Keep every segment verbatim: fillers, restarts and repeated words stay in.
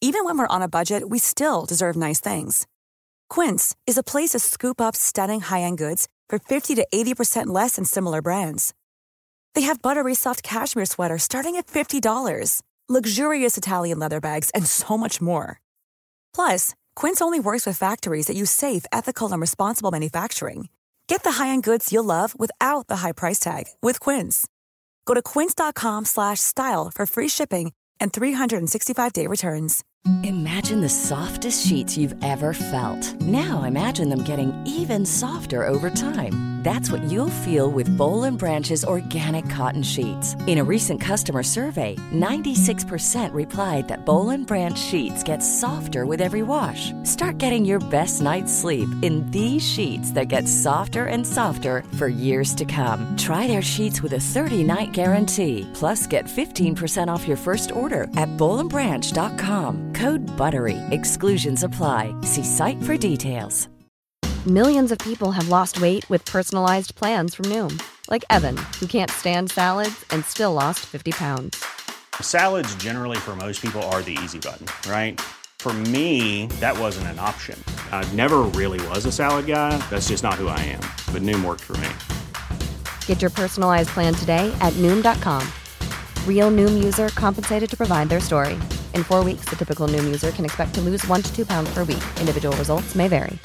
Even when we're on a budget, we still deserve nice things. Quince is a place to scoop up stunning high-end goods for fifty to eighty percent less than similar brands. They have buttery soft cashmere sweaters starting at fifty dollars, luxurious Italian leather bags, and so much more. Plus, Quince only works with factories that use safe, ethical, and responsible manufacturing. Get the high-end goods you'll love without the high price tag with Quince. Go to quince.com slash style for free shipping and three sixty-five day returns. Imagine the softest sheets you've ever felt. Now imagine them getting even softer over time. That's what you'll feel with Boll and Branch's organic cotton sheets. In a recent customer survey, ninety-six percent replied that Boll and Branch sheets get softer with every wash. Start getting your best night's sleep in these sheets that get softer and softer for years to come. Try their sheets with a thirty-night guarantee. Plus, get fifteen percent off your first order at boll and branch dot com. Code BUTTERY. Exclusions apply. See site for details. Millions of people have lost weight with personalized plans from Noom. Like Evan, who can't stand salads and still lost fifty pounds. Salads generally for most people are the easy button, right? For me, that wasn't an option. I never really was a salad guy. That's just not who I am. But Noom worked for me. Get your personalized plan today at Noom dot com. Real Noom user compensated to provide their story. In four weeks, the typical Noom user can expect to lose one to two pounds per week. Individual results may vary.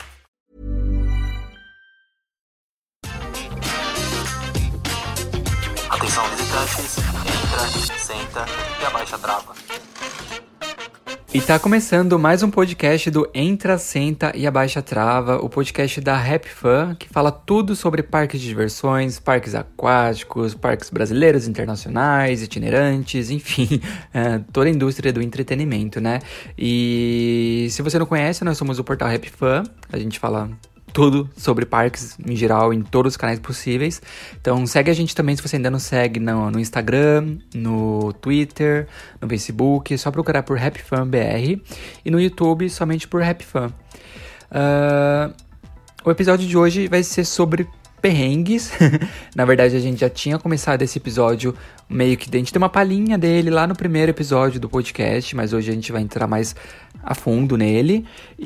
Atenção, visitantes. Entra, senta e abaixa a trava. E tá começando mais um podcast do Entra, Senta e Abaixa a Trava, o podcast da Happy Fun, que fala tudo sobre parques de diversões, parques aquáticos, parques brasileiros, internacionais, itinerantes, enfim, é, toda a indústria do entretenimento, né? E se você não conhece, nós somos o portal Happy Fun, a gente fala tudo sobre parques em geral, em todos os canais possíveis. Então segue a gente também se você ainda não segue no, no Instagram, no Twitter, no Facebook, é só procurar por Happy Fun B R e no YouTube somente por Happy Fun. Uh, o episódio de hoje vai ser sobre perrengues. Na verdade, a gente já tinha começado esse episódio meio que... A gente tem uma palhinha dele lá no primeiro episódio do podcast, mas hoje a gente vai entrar mais a fundo nele.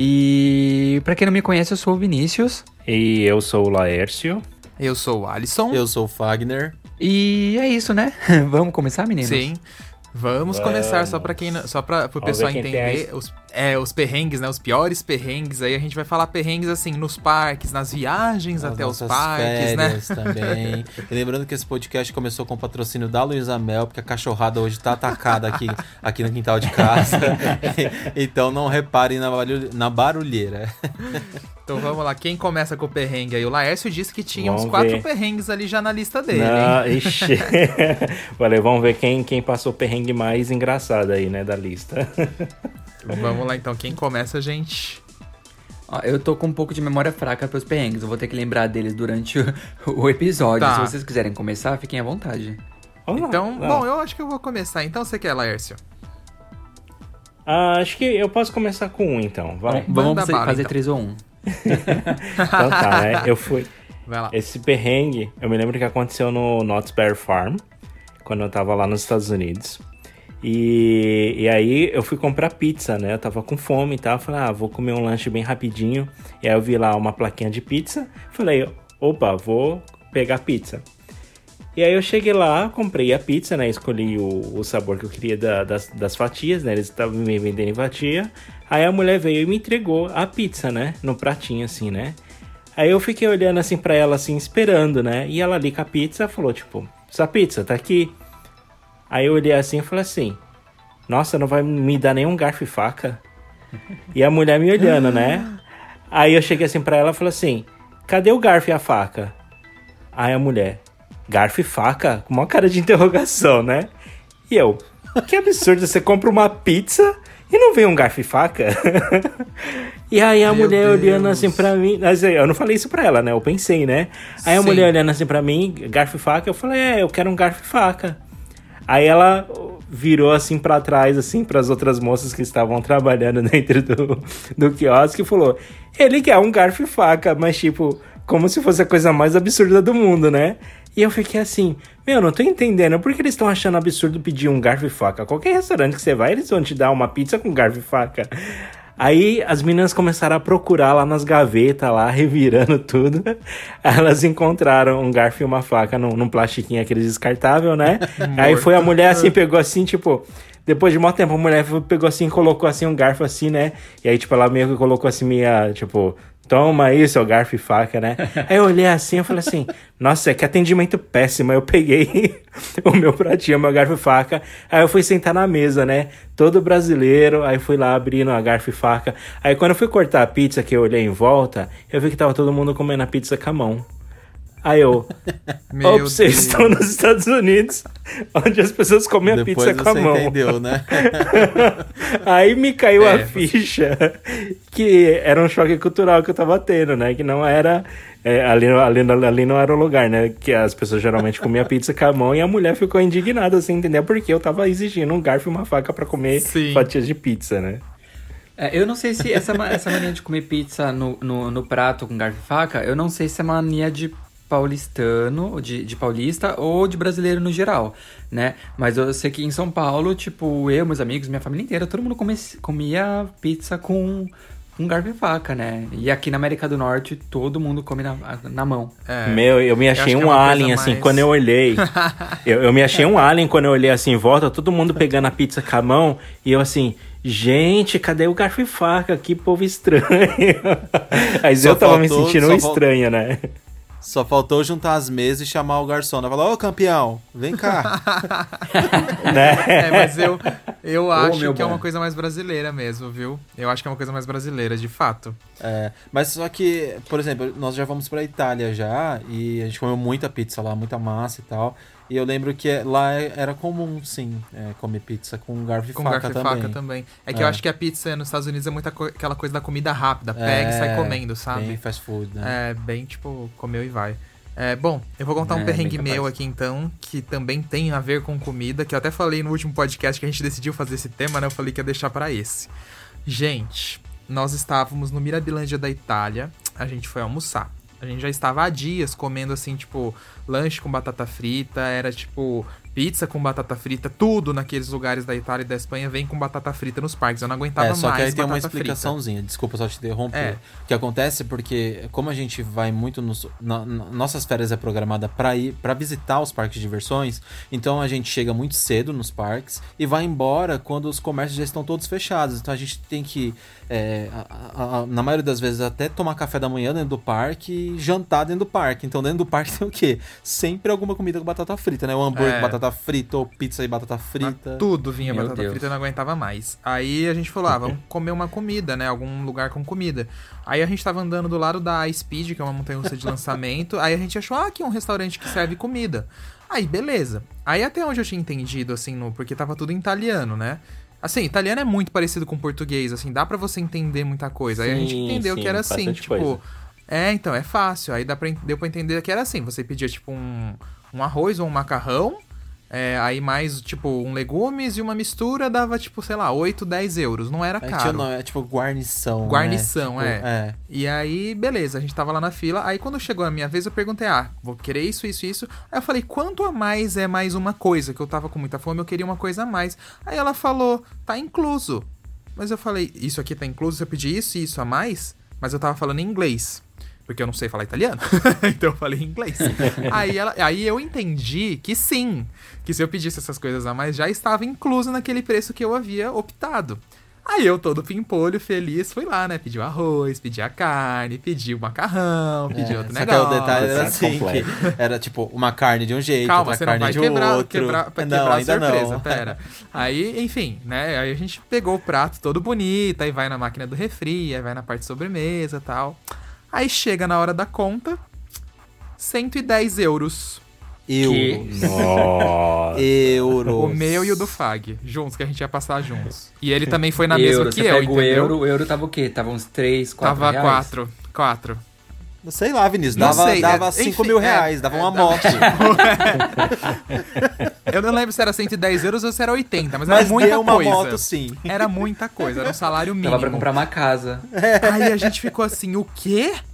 E pra quem não me conhece, eu sou o Vinícius. E eu sou o Laércio. Eu sou o Alisson. Eu sou o Fagner. E é isso, né? Vamos começar, meninos? Sim. Vamos, Vamos começar, só para quem, só para o pessoal entender os, é, os perrengues, né? Os piores perrengues. Aí a gente vai falar perrengues assim nos parques, nas viagens As até os parques, né? Também. E lembrando que esse podcast começou com o patrocínio da Luísa Mel, porque a cachorrada hoje tá atacada aqui, aqui no quintal de casa. Então não reparem na, barulhe, na barulheira. Então vamos lá, quem começa com o perrengue aí? O Laércio disse que tinha vamos uns quatro ver. perrengues ali já na lista dele, não, hein? Ixi. Olha, vamos ver quem, quem passou o perrengue mais engraçado aí, né, da lista. Vamos lá então, quem começa, gente? Ó, eu tô com um pouco de memória fraca pros perrengues, eu vou ter que lembrar deles durante o, o episódio. Tá. Se vocês quiserem começar, fiquem à vontade. Vamos então, lá, bom, eu acho que eu vou começar. Então você quer, Laércio? Ah, acho que eu posso começar com um, então. Vai. Vamos Manda fazer, bala, fazer então. três ou um. Então tá, né? Eu fui. Vai lá. Esse perrengue, eu me lembro que aconteceu no Knott's Berry Farm, quando eu tava lá nos Estados Unidos. E, e aí eu fui comprar pizza, né? Eu tava com fome e tal. Falei, ah, vou comer um lanche bem rapidinho. E aí eu vi lá uma plaquinha de pizza. Falei, opa, vou pegar pizza. E aí eu cheguei lá, comprei a pizza, né? Escolhi o, o sabor que eu queria da, das, das fatias, né? Eles estavam me vendendo em fatia. Aí a mulher veio e me entregou a pizza, né? No pratinho, assim, né? Aí eu fiquei olhando assim pra ela, assim, esperando, né? E ela ali com a pizza falou, tipo, essa pizza tá aqui. Aí eu olhei assim e falei assim, nossa, não vai me dar nenhum garfo e faca? E a mulher me olhando, né? Aí eu cheguei assim pra ela e falei assim, cadê o garfo e a faca? Aí a mulher, garfo e faca? Com uma cara de interrogação, né? E eu, que absurdo, você compra uma pizza e não vem um garfo e faca? E aí a Meu mulher Deus. olhando assim pra mim, eu não falei isso pra ela, né? Eu pensei, né? Aí a Sim. mulher olhando assim pra mim, garfo e faca, eu falei, é, eu quero um garfo e faca. Aí ela virou assim pra trás, assim, pras outras moças que estavam trabalhando dentro do, do quiosque e falou, ele quer um garfo e faca, mas tipo, como se fosse a coisa mais absurda do mundo, né? E eu fiquei assim, meu, não tô entendendo, por que eles estão achando absurdo pedir um garfo e faca? Qualquer restaurante que você vai, eles vão te dar uma pizza com garfo e faca. Aí as meninas começaram a procurar lá nas gavetas, lá, revirando tudo. Elas encontraram um garfo e uma faca num, num plastiquinho aqueles descartável, né? Aí foi a mulher assim, pegou assim, tipo... Depois de muito tempo, a mulher pegou assim, colocou assim um garfo assim, né? E aí, tipo, ela meio que colocou assim, minha, tipo... Toma aí, seu garfo e faca, né? Aí eu olhei assim, eu falei assim... Nossa, que atendimento péssimo. Eu peguei o meu pratinho, meu garfo e faca. Aí eu fui sentar na mesa, né? Todo brasileiro. Aí fui lá abrindo a garfo e faca. Aí quando eu fui cortar a pizza, que eu olhei em volta... Eu vi que tava todo mundo comendo a pizza com a mão. Aí eu... Meu Ops, vocês estão nos Estados Unidos, onde as pessoas comem a pizza com a mão. Depois você entendeu, né? Aí me caiu é, a ficha que era um choque cultural que eu tava tendo, né? Que não era... É, ali, ali, ali não era o lugar, né? Que as pessoas geralmente comiam pizza com a mão e a mulher ficou indignada, assim, entendeu? Porque eu tava exigindo um garfo e uma faca pra comer Sim. fatias de pizza, né? É, eu não sei se essa, essa mania de comer pizza no, no, no prato com garfo e faca, eu não sei se é mania de paulistano, de, de paulista ou de brasileiro no geral, né? Mas eu sei que em São Paulo, tipo, eu, meus amigos, minha família inteira, todo mundo come, comia pizza com, com garfo e faca, né? E aqui na América do Norte, todo mundo come na, na mão. É. Meu, eu me achei eu um é alien, assim, mais... quando eu olhei. eu, eu me achei um alien quando eu olhei assim em volta, todo mundo pegando a pizza com a mão, e eu assim... Gente, cadê o garfo e faca? Que povo estranho. Aí eu tava faltou, me sentindo um estranho, né? Só faltou juntar as mesas e chamar o garçom. Né? Falar, ô campeão, vem cá. né? É, mas eu, eu acho que bom. é uma coisa mais brasileira mesmo, viu? Eu acho que é uma coisa mais brasileira, de fato. É, mas só que, por exemplo, nós já vamos pra Itália já, e a gente comeu muita pizza lá, muita massa e tal. E eu lembro que lá era comum, sim, é, comer pizza com garfo e com faca garfo também. e faca também. É que é. eu acho que a pizza nos Estados Unidos é muito co- aquela coisa da comida rápida. Pega é, e sai comendo, sabe? Bem fast food, né? É, bem tipo, comeu e vai. É, bom, eu vou contar é, um perrengue meu aqui então, que também tem a ver com comida, que eu até falei no último podcast que a gente decidiu fazer esse tema, né? Eu falei que ia deixar pra esse. Gente, nós estávamos no Mirabilândia da Itália, a gente foi almoçar. A gente já estava há dias comendo, assim, tipo, lanche com batata frita, era, tipo, pizza com batata frita, tudo naqueles lugares da Itália e da Espanha vem com batata frita nos parques. Eu não aguentava mais batata frita. É, só que aí tem uma explicaçãozinha, frita. Desculpa só te interromper. É. O que acontece é porque, como a gente vai muito nos... Na, na, nossas férias é programada para ir, para visitar os parques de diversões, então a gente chega muito cedo nos parques e vai embora quando os comércios já estão todos fechados. Então a gente tem que, é, a, a, na maioria das vezes, até tomar café da manhã dentro do parque e jantar dentro do parque. Então dentro do parque tem o quê? Sempre alguma comida com batata frita, né? O hambúrguer é. com batata frita, ou pizza e batata frita. Mas tudo vinha Meu batata Deus. frita, eu não aguentava mais. Aí a gente falou, ah, vamos comer uma comida, né? Algum lugar com comida. Aí a gente tava andando do lado da Speed, que é uma montanha-russa de lançamento. Aí a gente achou, ah, aqui é um restaurante que serve comida. Aí, beleza. Aí até onde eu tinha entendido, assim, no, porque tava tudo em italiano, né? Assim, italiano é muito parecido com português, assim, dá pra você entender muita coisa. Aí sim, a gente entendeu sim, que era assim, tipo... Coisa. É, então, é fácil. Aí dá pra, deu pra entender que era assim. Você pedia, tipo, um, um arroz ou um macarrão. É, aí mais, tipo, um legumes e uma mistura dava, tipo, sei lá, oito, dez euros. Não era caro. Não, é tipo guarnição, Guarnição, né? tipo, é. é. E aí, beleza, a gente tava lá na fila. Aí quando chegou a minha vez, eu perguntei, ah, vou querer isso, isso, isso. Aí eu falei, quanto a mais é mais uma coisa? Que eu tava com muita fome, eu queria uma coisa a mais. Aí ela falou, tá incluso. Mas eu falei, isso aqui tá incluso? Se eu pedir isso e isso a mais? Mas eu tava falando em inglês. Porque eu não sei falar italiano. Então eu falei em inglês. aí, ela, aí eu entendi que sim. Que se eu pedisse essas coisas a mais, já estava incluso naquele preço que eu havia optado. Aí eu, todo pimpolho, feliz, fui lá, né? Pedi o arroz, pedi a carne, pedi o macarrão, pedi é, outro só negócio. Só que o detalhe era assim, que era tipo uma carne de um jeito, Calma, outra você carne não vai de quebrar, outro. Quebrar, pra não, quebrar ainda a surpresa, não. pera. Aí, enfim, né? Aí a gente pegou o prato todo bonito, aí vai na máquina do refri, aí vai na parte de sobremesa e tal. Aí chega na hora da conta, cento e dez euros. Euros. Nossa. Euros. O meu e o do Fag, juntos, que a gente ia passar juntos. E ele também foi na euro, mesma que você eu, pega entendeu? O euro, o euro tava o quê? Tava uns três, quatro tava reais? Tava quatro, quatro. Sei lá, Vinícius, dava, sei, dava é, cinco enfim, mil reais, é, dava é, uma dava, moto. Eu não lembro se era cento e dez euros ou se era oitenta, mas, mas era muita deu uma coisa. moto, sim. Era muita coisa, era um salário mínimo. Dava pra comprar uma casa. Aí a gente ficou assim, o quê?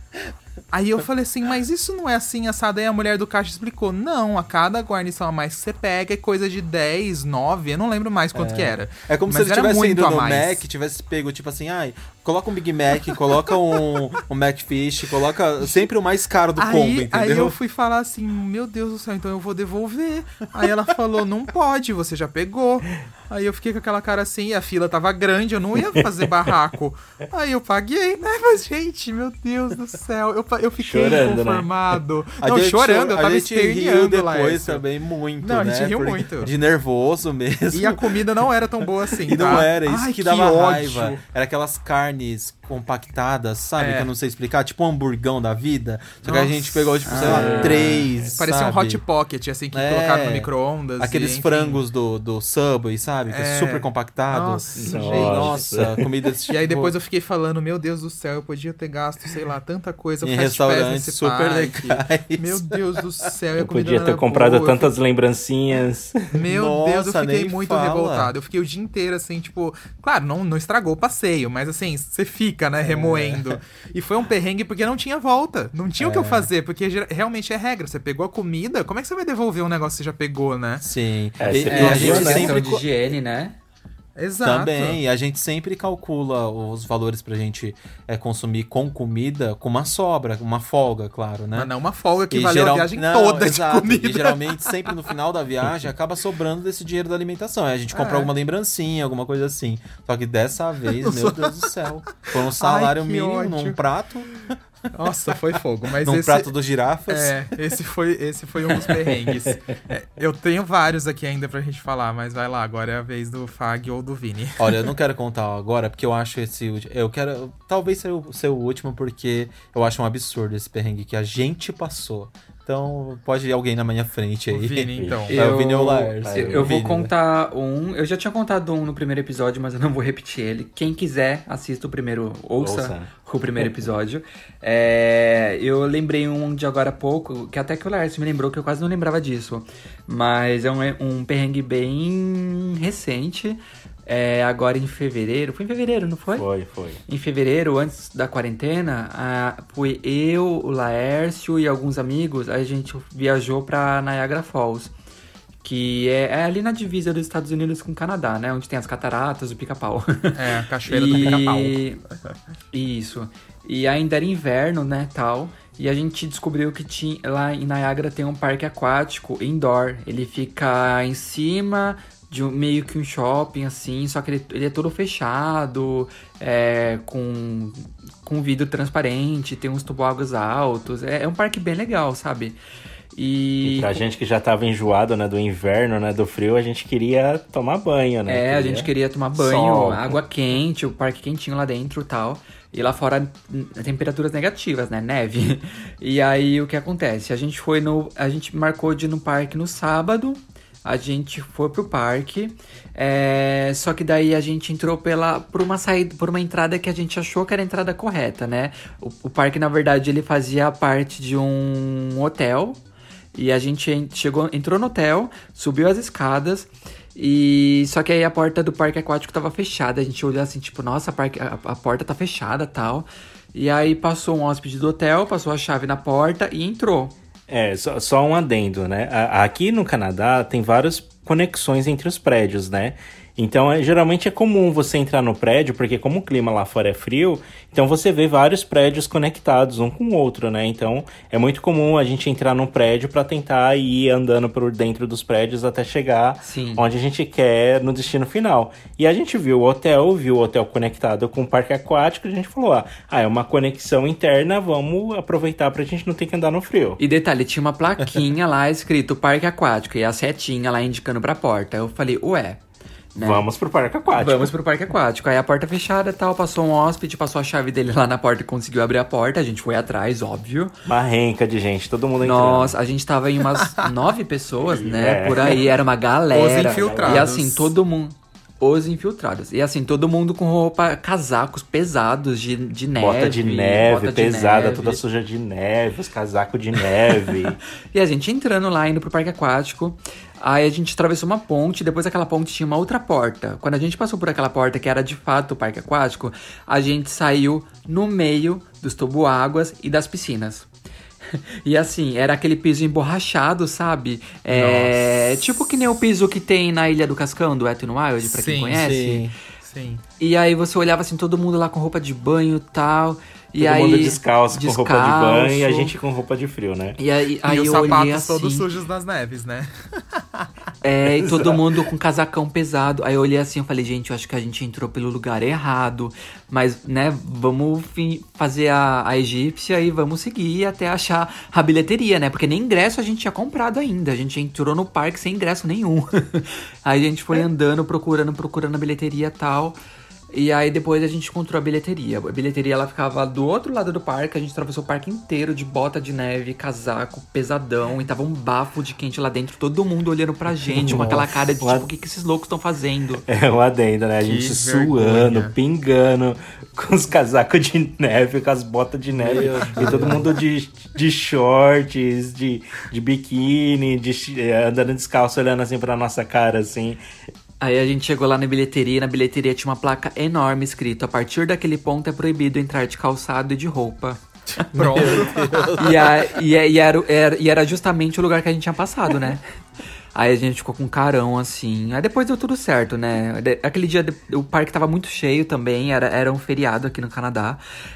Aí eu falei assim, mas isso não é assim, assado? Aí a mulher do caixa explicou, não, a cada guarnição a mais que você pega é coisa de dez, nove, eu não lembro mais quanto É. que era. É como Mas se ele era tivesse muito ido a no mais. Mac, tivesse pego, tipo assim, ai, coloca um Big Mac, coloca um, um Macfish, coloca sempre o mais caro do aí, combo, entendeu? Aí eu fui falar assim, meu Deus do céu, então eu vou devolver. Aí ela falou, não pode, você já pegou. Aí eu fiquei com aquela cara assim, a fila tava grande, eu não ia fazer barraco. Aí eu paguei, né? Mas, gente, meu Deus do céu, eu, eu fiquei Chorando, né? inconformado. A Não, gente chorando, cho- eu tava A gente riu esperneando lá. depois essa. também muito, Não, a né? gente riu Porque- muito. De nervoso mesmo. E a comida não era tão boa assim, E não tá? era, isso Ai, que dava ódio. raiva. Era aquelas carnes compactadas, sabe? É. Que eu não sei explicar, tipo um hamburgão da vida. Só que a Nossa. gente pegou, tipo, sei lá, Ah. três, Parecia um sabe? hot pocket, assim, que É. colocaram no micro-ondas. Aqueles e, enfim. frangos do, do Subway, sabe? Que é, É. super compactado. Nossa, Nossa. gente. Nossa, comida desse E aí tipo- depois eu fiquei falando, meu Deus do céu, eu podia ter gasto, sei lá, tanta coisa. Em Fast Pass restaurantes nesse super parque. legais. Meu Deus do céu, e a Eu comida podia não ter era comprado boa, eu tantas lembrancinhas. Meu Nossa, Deus, eu fiquei nem muito fala. revoltado. Eu fiquei o dia inteiro, assim, tipo... Claro, não, não estragou o passeio, mas assim, você fica, né, remoendo. E foi um perrengue porque não tinha volta. Não tinha o que eu fazer, porque gera- realmente é regra. Você pegou a comida, como é que você vai devolver um negócio que você já pegou, né? Sim. É, E- você e pediu, a gente né? questão sempre... de co- higiene, né? Exato. Também, a gente sempre calcula os valores pra gente é, consumir com comida com uma sobra, uma folga, claro, né? Mas não uma folga que E valeu geral- a viagem Não, toda exato. de comida. E geralmente, sempre no final da viagem, acaba sobrando desse dinheiro da alimentação. Aí a gente compra É. alguma lembrancinha, alguma coisa assim. Só que dessa vez, Eu meu sou- Deus do céu. Foi um salário que mínimo ódio. num prato, Nossa, foi fogo. Mas num esse... prato dos girafas. É, esse foi, esse foi um dos perrengues. É, eu tenho vários aqui ainda pra gente falar, mas vai lá, agora é a vez do Fag ou do Vini. Olha, eu não quero contar agora, porque eu acho esse último. Eu quero. Talvez ser o, ser o último, porque eu acho um absurdo esse perrengue que a gente passou. Então, pode ir alguém na minha frente aí. O Vini, então. É o Vini ou o Laércio? Eu, eu O vou Vini, né? contar um. Eu já tinha contado um no primeiro episódio, mas eu não vou repetir ele. Quem quiser, assista o primeiro. Ouça, Ouça. o primeiro episódio. É, eu lembrei um de agora há pouco, que até que o Laércio me lembrou, que eu quase não lembrava disso. Mas é um, um perrengue bem recente. É, agora em fevereiro. Foi em fevereiro, não foi? Foi, foi. Em fevereiro, antes da quarentena, ah, fui eu, o Laércio e alguns amigos, a gente viajou pra Niagara Falls, que é, é ali na divisa dos Estados Unidos com o Canadá, né? Onde tem as cataratas, o Pica-Pau. É, a cachoeira do Pica-Pau. Isso. E ainda era inverno, né, tal. E a gente descobriu que tinha, lá em Niagara tem um parque aquático indoor. Ele fica em cima de um, meio que um shopping, assim, só que ele, ele é todo fechado, é, com, com vidro transparente, tem uns tubo-águas altos. É, é um parque bem legal, sabe? E, E pra gente que já tava enjoado, né, do inverno, né, do frio, a gente queria tomar banho, né? É, a gente queria tomar banho, sol. água quente, o parque quentinho lá dentro e tal. E lá fora, n- temperaturas negativas, né? Neve. E aí, o que acontece? A gente foi no... A gente marcou de ir no parque no sábado. A gente foi pro parque. É, só que daí a gente entrou pela, por uma saída, por uma entrada que a gente achou que era a entrada correta, né? O, o parque, na verdade, ele fazia parte de um hotel. E a gente en- chegou, entrou no hotel, subiu as escadas. E só que aí a porta do parque aquático tava fechada. A gente olhou assim, tipo, nossa, a, parque, a, a porta tá fechada e tal. E aí passou um hóspede do hotel, passou a chave na porta e entrou. É, só, só um adendo, né? A- Aqui no Canadá tem várias conexões entre os prédios, né? Então, é, geralmente é comum você entrar no prédio, porque como o clima lá fora é frio, então você vê vários prédios conectados um com o outro, né? Então, é muito comum a gente entrar num prédio para tentar ir andando por dentro dos prédios até chegar Sim. onde a gente quer no destino final. E a gente viu o hotel, viu o hotel conectado com o parque aquático, e a gente falou, ah, ah, é uma conexão interna, vamos aproveitar pra gente não ter que andar no frio. E detalhe, tinha uma plaquinha lá escrito parque aquático e a setinha lá indicando pra porta. Eu falei, ué... né? Vamos pro parque aquático. Vamos pro parque aquático. Aí a porta fechada e tal, passou um hóspede, passou a chave dele lá na porta e conseguiu abrir a porta. A gente foi atrás, óbvio. Uma renca de gente, todo mundo entrando. Nossa, a gente tava em umas nove pessoas, né? É. Por aí, era uma galera. Os infiltrados. E assim, todo mundo... Os infiltrados. E assim, todo mundo com roupa, casacos pesados de, de neve. Bota de neve, bota de pesada, neve. toda suja de neve, os casacos de neve. E a gente entrando lá, indo pro parque aquático. Aí a gente atravessou uma ponte, depois daquela ponte tinha uma outra porta. Quando a gente passou por aquela porta, que era de fato o parque aquático, a gente saiu no meio dos toboáguas e das piscinas. E assim, era aquele piso emborrachado, sabe? É, tipo que nem o piso que tem na Ilha do Cascão, do Wet n Wild, pra quem Sim, conhece. Sim. Sim. E aí você olhava assim, todo mundo lá com roupa de banho e tal. E Todo aí, mundo descalço, descalço, com roupa de banho e a gente com roupa de frio, né? E aí, aí e os eu sapatos olhei assim, todos sujos das neves, né? É, e todo mundo com casacão pesado. Aí eu olhei assim, eu falei, gente, eu acho que a gente entrou pelo lugar errado. Mas, né, vamos fi- fazer a, a egípcia e vamos seguir até achar a bilheteria, né? Porque nem ingresso a gente tinha comprado ainda. A gente entrou no parque sem ingresso nenhum. Aí a gente foi andando, procurando, procurando a bilheteria e tal. E aí depois a gente encontrou a bilheteria. A bilheteria, ela ficava do outro lado do parque. A gente atravessou o parque inteiro de bota de neve, casaco, pesadão. E tava um bafo de quente lá dentro. Todo mundo olhando pra gente, com aquela cara de tipo, o que, que esses loucos estão fazendo? É um adendo, né? A gente Que suando, vergonha. pingando, com os casacos de neve, com as botas de neve. Meu E todo mundo de, de shorts, de, de biquíni, de, chi- eh, andando descalço, olhando assim pra nossa cara, assim. Aí a gente chegou lá na bilheteria, e na bilheteria tinha uma placa enorme escrito: a partir daquele ponto é proibido entrar de calçado e de roupa. Pronto. E, a- e, e era, era- e era justamente o lugar que a gente tinha passado, né? Aí a gente ficou com um carão, assim. Aí depois deu tudo certo, né? De- Aquele dia de- o parque tava muito cheio também, era, era um feriado aqui no Canadá.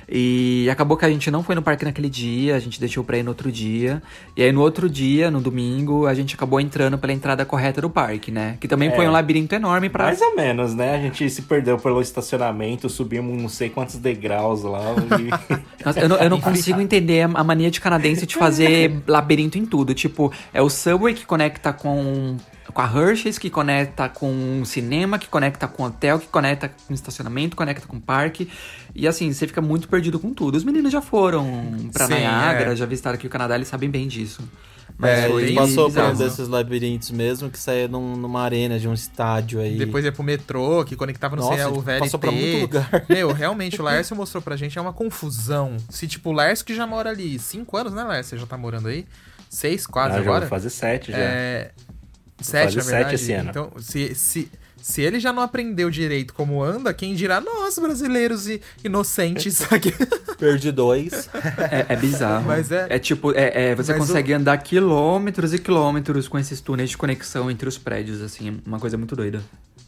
E acabou que a gente não foi no parque naquele dia, a gente deixou pra ir no outro dia. E aí no outro dia, no domingo, a gente acabou entrando pela entrada correta do parque, né? Que também É. foi um labirinto enorme pra... Mais ou menos, né? A gente se perdeu pelo estacionamento, subimos não sei quantos degraus lá. E... Nossa, eu não, eu não consigo entender a mania de canadense de fazer labirinto em tudo. Tipo, é o Subway que conecta com, com a Hershey's, que conecta com o cinema, que conecta com o hotel, que conecta com o estacionamento, conecta com o parque. E assim, você fica muito perdido com tudo. Os meninos já foram pra Sim, Niagara, é. já visitaram aqui o Canadá, eles sabem bem disso. Mas É, A foi gente passou por um bizarro. desses labirintos mesmo, que saía num- numa arena de um estádio aí. Depois ia pro metrô, que conectava, não Nossa, sei, a o gente V L T. passou pra muito lugar. Meu, realmente, o Lércio mostrou pra gente, é uma confusão. Se, tipo, o Lércio que já mora ali cinco anos, né, Lércio? Você já tá morando aí? Seis, quase Ah, já agora? vou fazer sete já. É... Sete, fazer na verdade. sete esse ano. Então, se, se, se ele já não aprendeu direito como anda, quem dirá nós, brasileiros e inocentes aqui. Perdi dois. É, é bizarro. Mas é- É tipo, é, é, você Mas consegue andar quilômetros e quilômetros com esses túneis de conexão entre os prédios, assim. Uma coisa muito doida.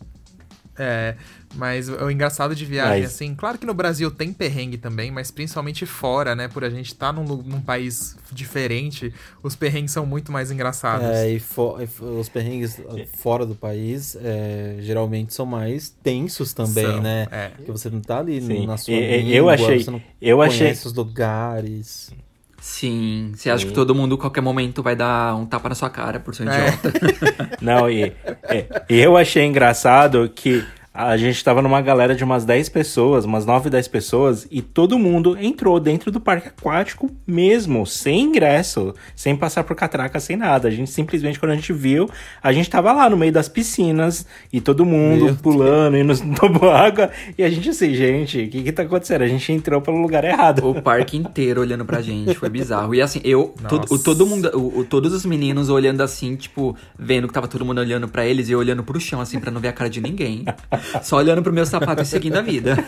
É, mas o engraçado de viagem, Mas- assim, claro que no Brasil tem perrengue também, mas principalmente fora, né? Por a gente estar num, lu- num país diferente, os perrengues são muito mais engraçados. É, e, fo- e fo- os perrengues fora do país é, geralmente são mais tensos também, São, né? é. Porque você não tá ali Sim. na sua E- e- língua, eu achei- você não eu conhece achei- os lugares. Sim, você acha Sim. que todo mundo, a qualquer momento, vai dar um tapa na sua cara por ser um É. idiota. Não, e é, eu achei engraçado que a gente tava numa galera de umas dez pessoas, umas nove, dez pessoas, e todo mundo entrou dentro do parque aquático mesmo, sem ingresso, sem passar por catraca, sem nada. A gente simplesmente, quando a gente viu, a gente tava lá no meio das piscinas, e todo mundo Meu pulando, e nos toboágua, e a gente assim, gente, o que que tá acontecendo? A gente entrou pelo lugar errado. O parque inteiro olhando pra gente, foi bizarro. E assim, eu, todo, o, Nossa. todo mundo, o, o- todos os meninos olhando assim, tipo, vendo que tava todo mundo olhando pra eles e eu olhando pro chão, assim, pra não ver a cara de ninguém. Só olhando pro meu sapato e seguindo a vida.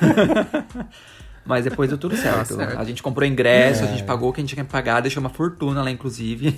Mas depois deu tudo certo. certo. A gente comprou ingresso, a gente pagou o que a gente tinha que pagar, deixou uma fortuna lá, inclusive.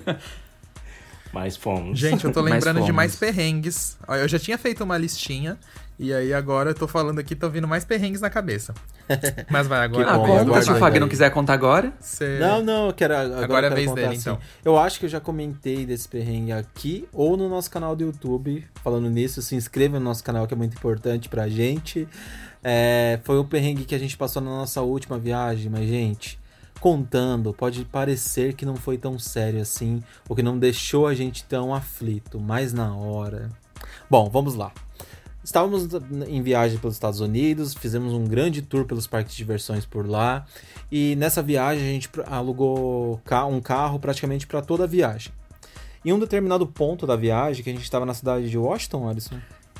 Mas fomos. Gente, eu tô Mas lembrando de fomos. mais perrengues. Ó, eu já tinha feito uma listinha, e aí agora eu tô falando aqui, tô vindo mais perrengues na cabeça. Mas vai, agora... Que Ah, bom, conta, Eduardo, se o vai Fag daí. não quiser contar agora. Você... Não, não, eu quero. Agora, Agora é eu a quero vez contar dele, assim. então. Eu acho que eu já comentei desse perrengue aqui ou no nosso canal do YouTube. Falando nisso, se inscreva no nosso canal, que é muito importante pra gente. É, foi o perrengue que a gente passou na nossa última viagem, mas, gente, contando, pode parecer que não foi tão sério assim, ou que não deixou a gente tão aflito, mas na hora. Bom, vamos lá. Estávamos em viagem pelos Estados Unidos, fizemos um grande tour pelos parques de diversões por lá, e nessa viagem a gente alugou ca- um carro praticamente para toda a viagem. Em um determinado ponto da viagem, que a gente estava na cidade de Washington, Alisson?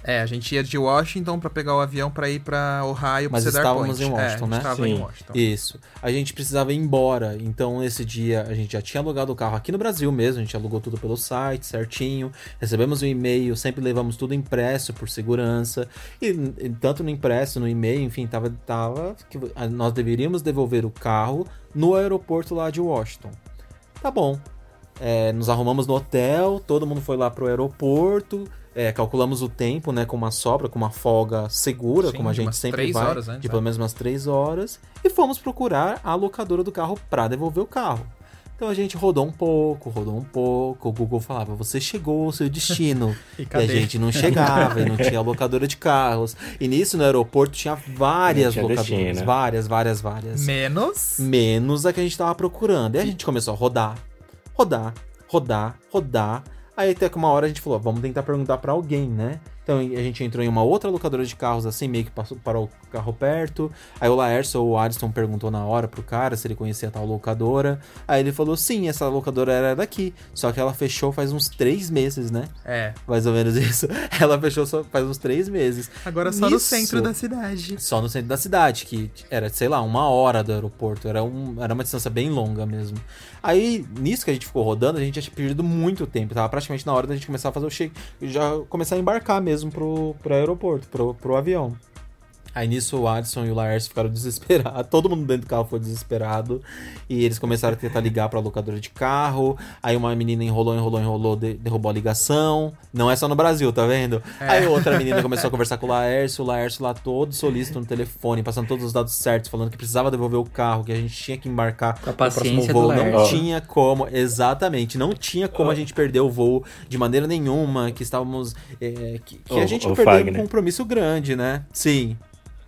É, a gente ia de Washington pra pegar o avião pra ir pra Ohio, Mas pro Cedar estávamos Point. em Washington, é, a gente né? estava Sim. em Washington. Isso. A gente precisava ir embora. Então, nesse dia, a gente já tinha alugado o carro aqui no Brasil mesmo. A gente alugou tudo pelo site, certinho. Recebemos um e-mail, sempre levamos tudo impresso por segurança. E, e tanto no impresso, no e-mail, enfim, tava, tava que nós deveríamos devolver o carro no aeroporto lá de Washington. Tá bom. É, nos arrumamos no hotel, todo mundo foi lá pro aeroporto. É, calculamos o tempo, né, com uma sobra, com uma folga segura, Sim, como a de gente umas sempre três vai, horas antes, de pelo né? menos umas três horas, e fomos procurar a locadora do carro para devolver o carro. Então a gente rodou um pouco, rodou um pouco, o Google falava, você chegou ao seu destino, E e, cadê? a gente não chegava, e não tinha locadora de carros, e nisso no aeroporto tinha várias Não tinha locadoras, destino. várias, várias, várias, Menos... menos a que a gente tava procurando, e a gente começou a rodar, rodar, rodar, rodar. Aí até que uma hora a gente falou, vamos tentar perguntar pra alguém, né? Então a gente entrou em uma outra locadora de carros assim, meio que passou para o carro perto. Aí o Laércio ou o Ariston perguntou na hora pro cara se ele conhecia a tal locadora. Aí ele falou, sim, essa locadora era daqui. Só que ela fechou faz uns três meses, né? É. Mais ou menos isso. Ela fechou só faz uns três meses. Agora só no Nisso- centro da cidade. Só no centro da cidade, que era, sei lá, uma hora do aeroporto. Era, um, era uma distância bem longa mesmo. Aí, nisso que a gente ficou rodando, a gente já tinha perdido muito tempo. Tava praticamente na hora da gente começar a fazer o check. Já começar a embarcar mesmo pro, pro aeroporto, pro, pro avião. Aí nisso o Adson e o Laércio ficaram desesperados. Todo mundo dentro do carro foi desesperado. E eles começaram a tentar ligar pra locadora de carro. Aí uma menina enrolou, enrolou, enrolou, de- derrubou a ligação. Não é só no Brasil, tá vendo? É. Aí outra menina começou a conversar com o Laércio. O Laércio lá todo solícito no telefone, passando todos os dados certos, falando que precisava devolver o carro, que a gente tinha que embarcar Com a no próximo paciência do voo. Não Laércio. tinha como, exatamente, não tinha como a gente perder o voo de maneira nenhuma, que estávamos... é, que, que Ô, a gente ô, perdeu um Fagner. compromisso grande, né? Sim.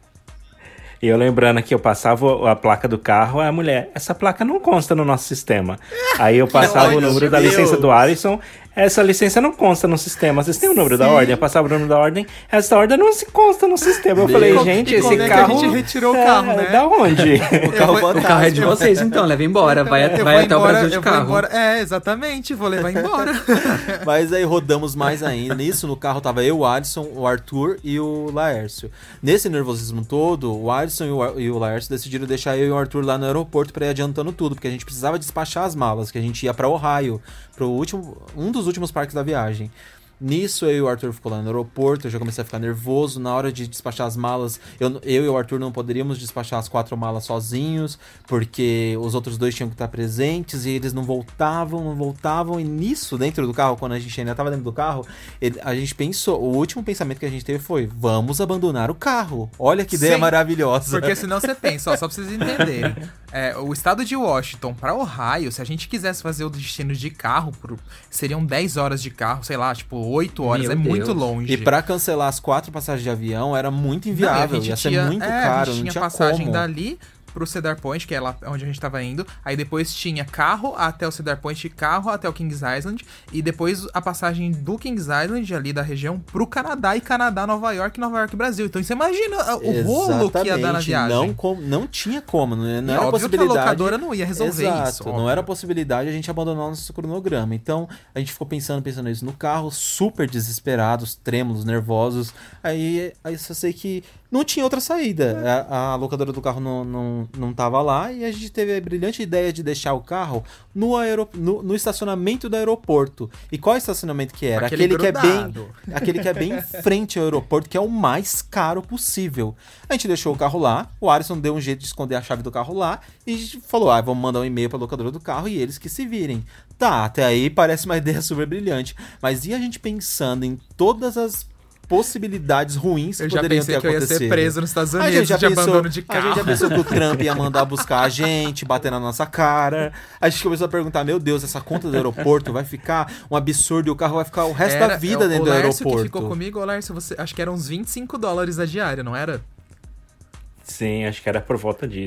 E eu lembrando que eu passava a placa do carro, a mulher, essa placa não consta no nosso sistema. Aí eu passava o número da Deus. licença do Alisson, essa licença não consta no sistema. Vocês têm o número da ordem? Eu passava o número da ordem, essa ordem não se consta no sistema. Eu falei, Como- gente, e esse como é que a carro... gente retirou o é, carro, né? Da onde? O carro O carro é de Eu- vocês, então, leva embora. Vai, Eu vai vou até o embora, Brasil de eu vou carro. embora. É, exatamente, vou levar embora. Mas aí rodamos mais ainda. Nisso, no carro tava eu, o Alisson, o Arthur e o Laércio. Nesse nervosismo todo, o Alisson e o, Ar- e o Laércio decidiram deixar eu e o Arthur lá no aeroporto pra ir adiantando tudo, porque a gente precisava despachar as malas, que a gente ia pra Ohio, pro último, um dos últimos parques da viagem. Nisso, eu e o Arthur ficou lá no aeroporto, eu já comecei a ficar nervoso. Na hora de despachar as malas, eu, eu e o Arthur não poderíamos despachar as quatro malas sozinhos, porque os outros dois tinham que estar presentes e eles não voltavam, não voltavam. E nisso, dentro do carro, quando a gente ainda estava dentro do carro, ele- a gente pensou, o último pensamento que a gente teve foi, vamos abandonar o carro. Olha que ideia Sim, maravilhosa. Porque senão você pensa, ó, só pra vocês entenderem. É, o estado de Washington pra Ohio, se a gente quisesse fazer o destino de carro, por- seriam dez horas de carro, sei lá, tipo oito horas, Meu é muito Deus. longe. E pra cancelar as quatro passagens de avião era muito Não, e a inviável, gente ia ser tinha- muito é, caro, a gente não tinha tinha passagem como. dali pro Cedar Point, que é lá onde a gente tava indo. Aí depois tinha carro até o Cedar Point, carro até o Kings Island. E depois a passagem do Kings Island, ali da região, pro Canadá. E Canadá, Nova York, Nova York, Brasil. Então você imagina o rolo que ia dar na Exatamente, viagem. Não, com- não tinha como, não, não E era óbvio possibilidade. que a locadora não ia resolver Exato, isso, não óbvio. era possibilidade a gente abandonar o nosso cronograma. Então a gente ficou pensando, pensando isso no carro, super desesperados, trêmulos, nervosos. Aí, aí só sei que não tinha outra saída. A, a locadora do carro não, não, não tava lá e a gente teve a brilhante ideia de deixar o carro no, aero, no, no estacionamento do aeroporto. E qual estacionamento que era? Aquele que é bem, grudado. aquele que é bem em frente ao aeroporto, que é o mais caro possível. A gente deixou o carro lá, o Alisson deu um jeito de esconder a chave do carro lá e a gente falou, ah, vamos mandar um e-mail pra locadora do carro e eles que se virem. Tá, até aí parece uma ideia super brilhante. Mas e a gente pensando em todas as possibilidades ruins que Eu já poderiam pensei ter que eu ia acontecido? ser preso nos Estados A gente Unidos já de pensou, abandono de a gente já carro. pensou que o Trump ia mandar buscar a gente, bater na nossa cara. A gente começou a perguntar, meu Deus, essa conta do aeroporto vai ficar um absurdo e o carro vai ficar o resto Era- da vida é, dentro o do Lércio aeroporto. que ficou comigo, o Lércio, você, acho que eram uns vinte e cinco dólares a diária, não era? Sim, acho que era por volta disso.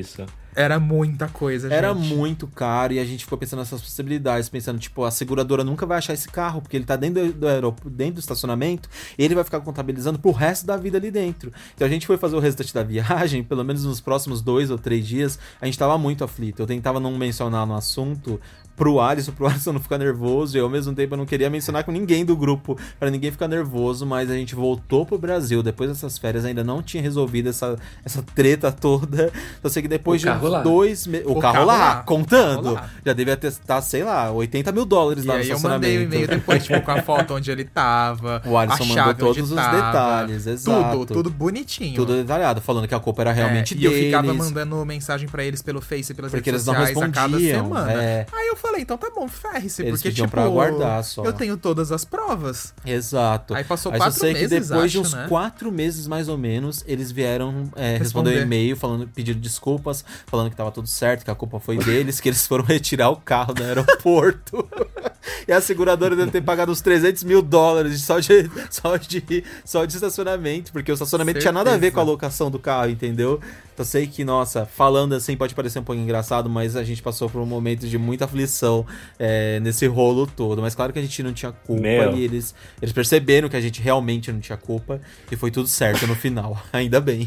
Era muita coisa, gente. Era muito caro e a gente ficou pensando nessas possibilidades, pensando, tipo, a seguradora nunca vai achar esse carro, porque ele tá dentro do, do aeroporto, dentro do estacionamento, e ele vai ficar contabilizando pro resto da vida ali dentro. Então a gente foi fazer o restante da viagem, pelo menos nos próximos dois ou três dias, a gente tava muito aflito. Eu tentava não mencionar no assunto pro Alisson, pro Alisson não ficar nervoso, e ao mesmo tempo eu não queria mencionar com ninguém do grupo, pra ninguém ficar nervoso, mas a gente voltou pro Brasil, depois dessas férias, ainda não tinha resolvido essa, essa treta toda. Eu sei que depois O carro de lá. dois meses... O, O carro, carro lá, lá. contando, O carro lá. já devia estar, sei lá, oitenta mil dólares E lá no aí eu estacionamento. mandei o e-mail depois, tipo, com a foto onde ele tava. O Alisson a mandou chave todos onde os tava, detalhes, exato. Tudo, tudo bonitinho. Tudo detalhado, falando que a culpa era realmente É, e deles. eu ficava mandando mensagem pra eles pelo Face e pelas Porque redes eles não sociais a cada respondiam, semana. é. Aí eu falei, então tá bom, ferre-se, Eles porque pediam tipo, pra aguardar só. eu tenho todas as provas. Exato. Aí passou Aí quatro só sei meses, que depois acho, de uns né? quatro meses, mais ou menos, eles vieram é, responder o Responder. e-mail, falando, pedindo desculpas, falando que tava tudo certo, que a culpa foi deles, que eles foram retirar o carro do aeroporto. E a seguradora deve ter pagado uns trezentos mil dólares só de, só de, só de estacionamento, porque o estacionamento tinha nada a ver Certeza. com a locação do carro, entendeu? Eu sei que, nossa, falando assim pode parecer um pouco engraçado, mas a gente passou por um momento de muita aflição é, nesse rolo todo. Mas claro que a gente não tinha culpa Meu. e eles, eles perceberam que a gente realmente não tinha culpa e foi tudo certo no final. Ainda bem.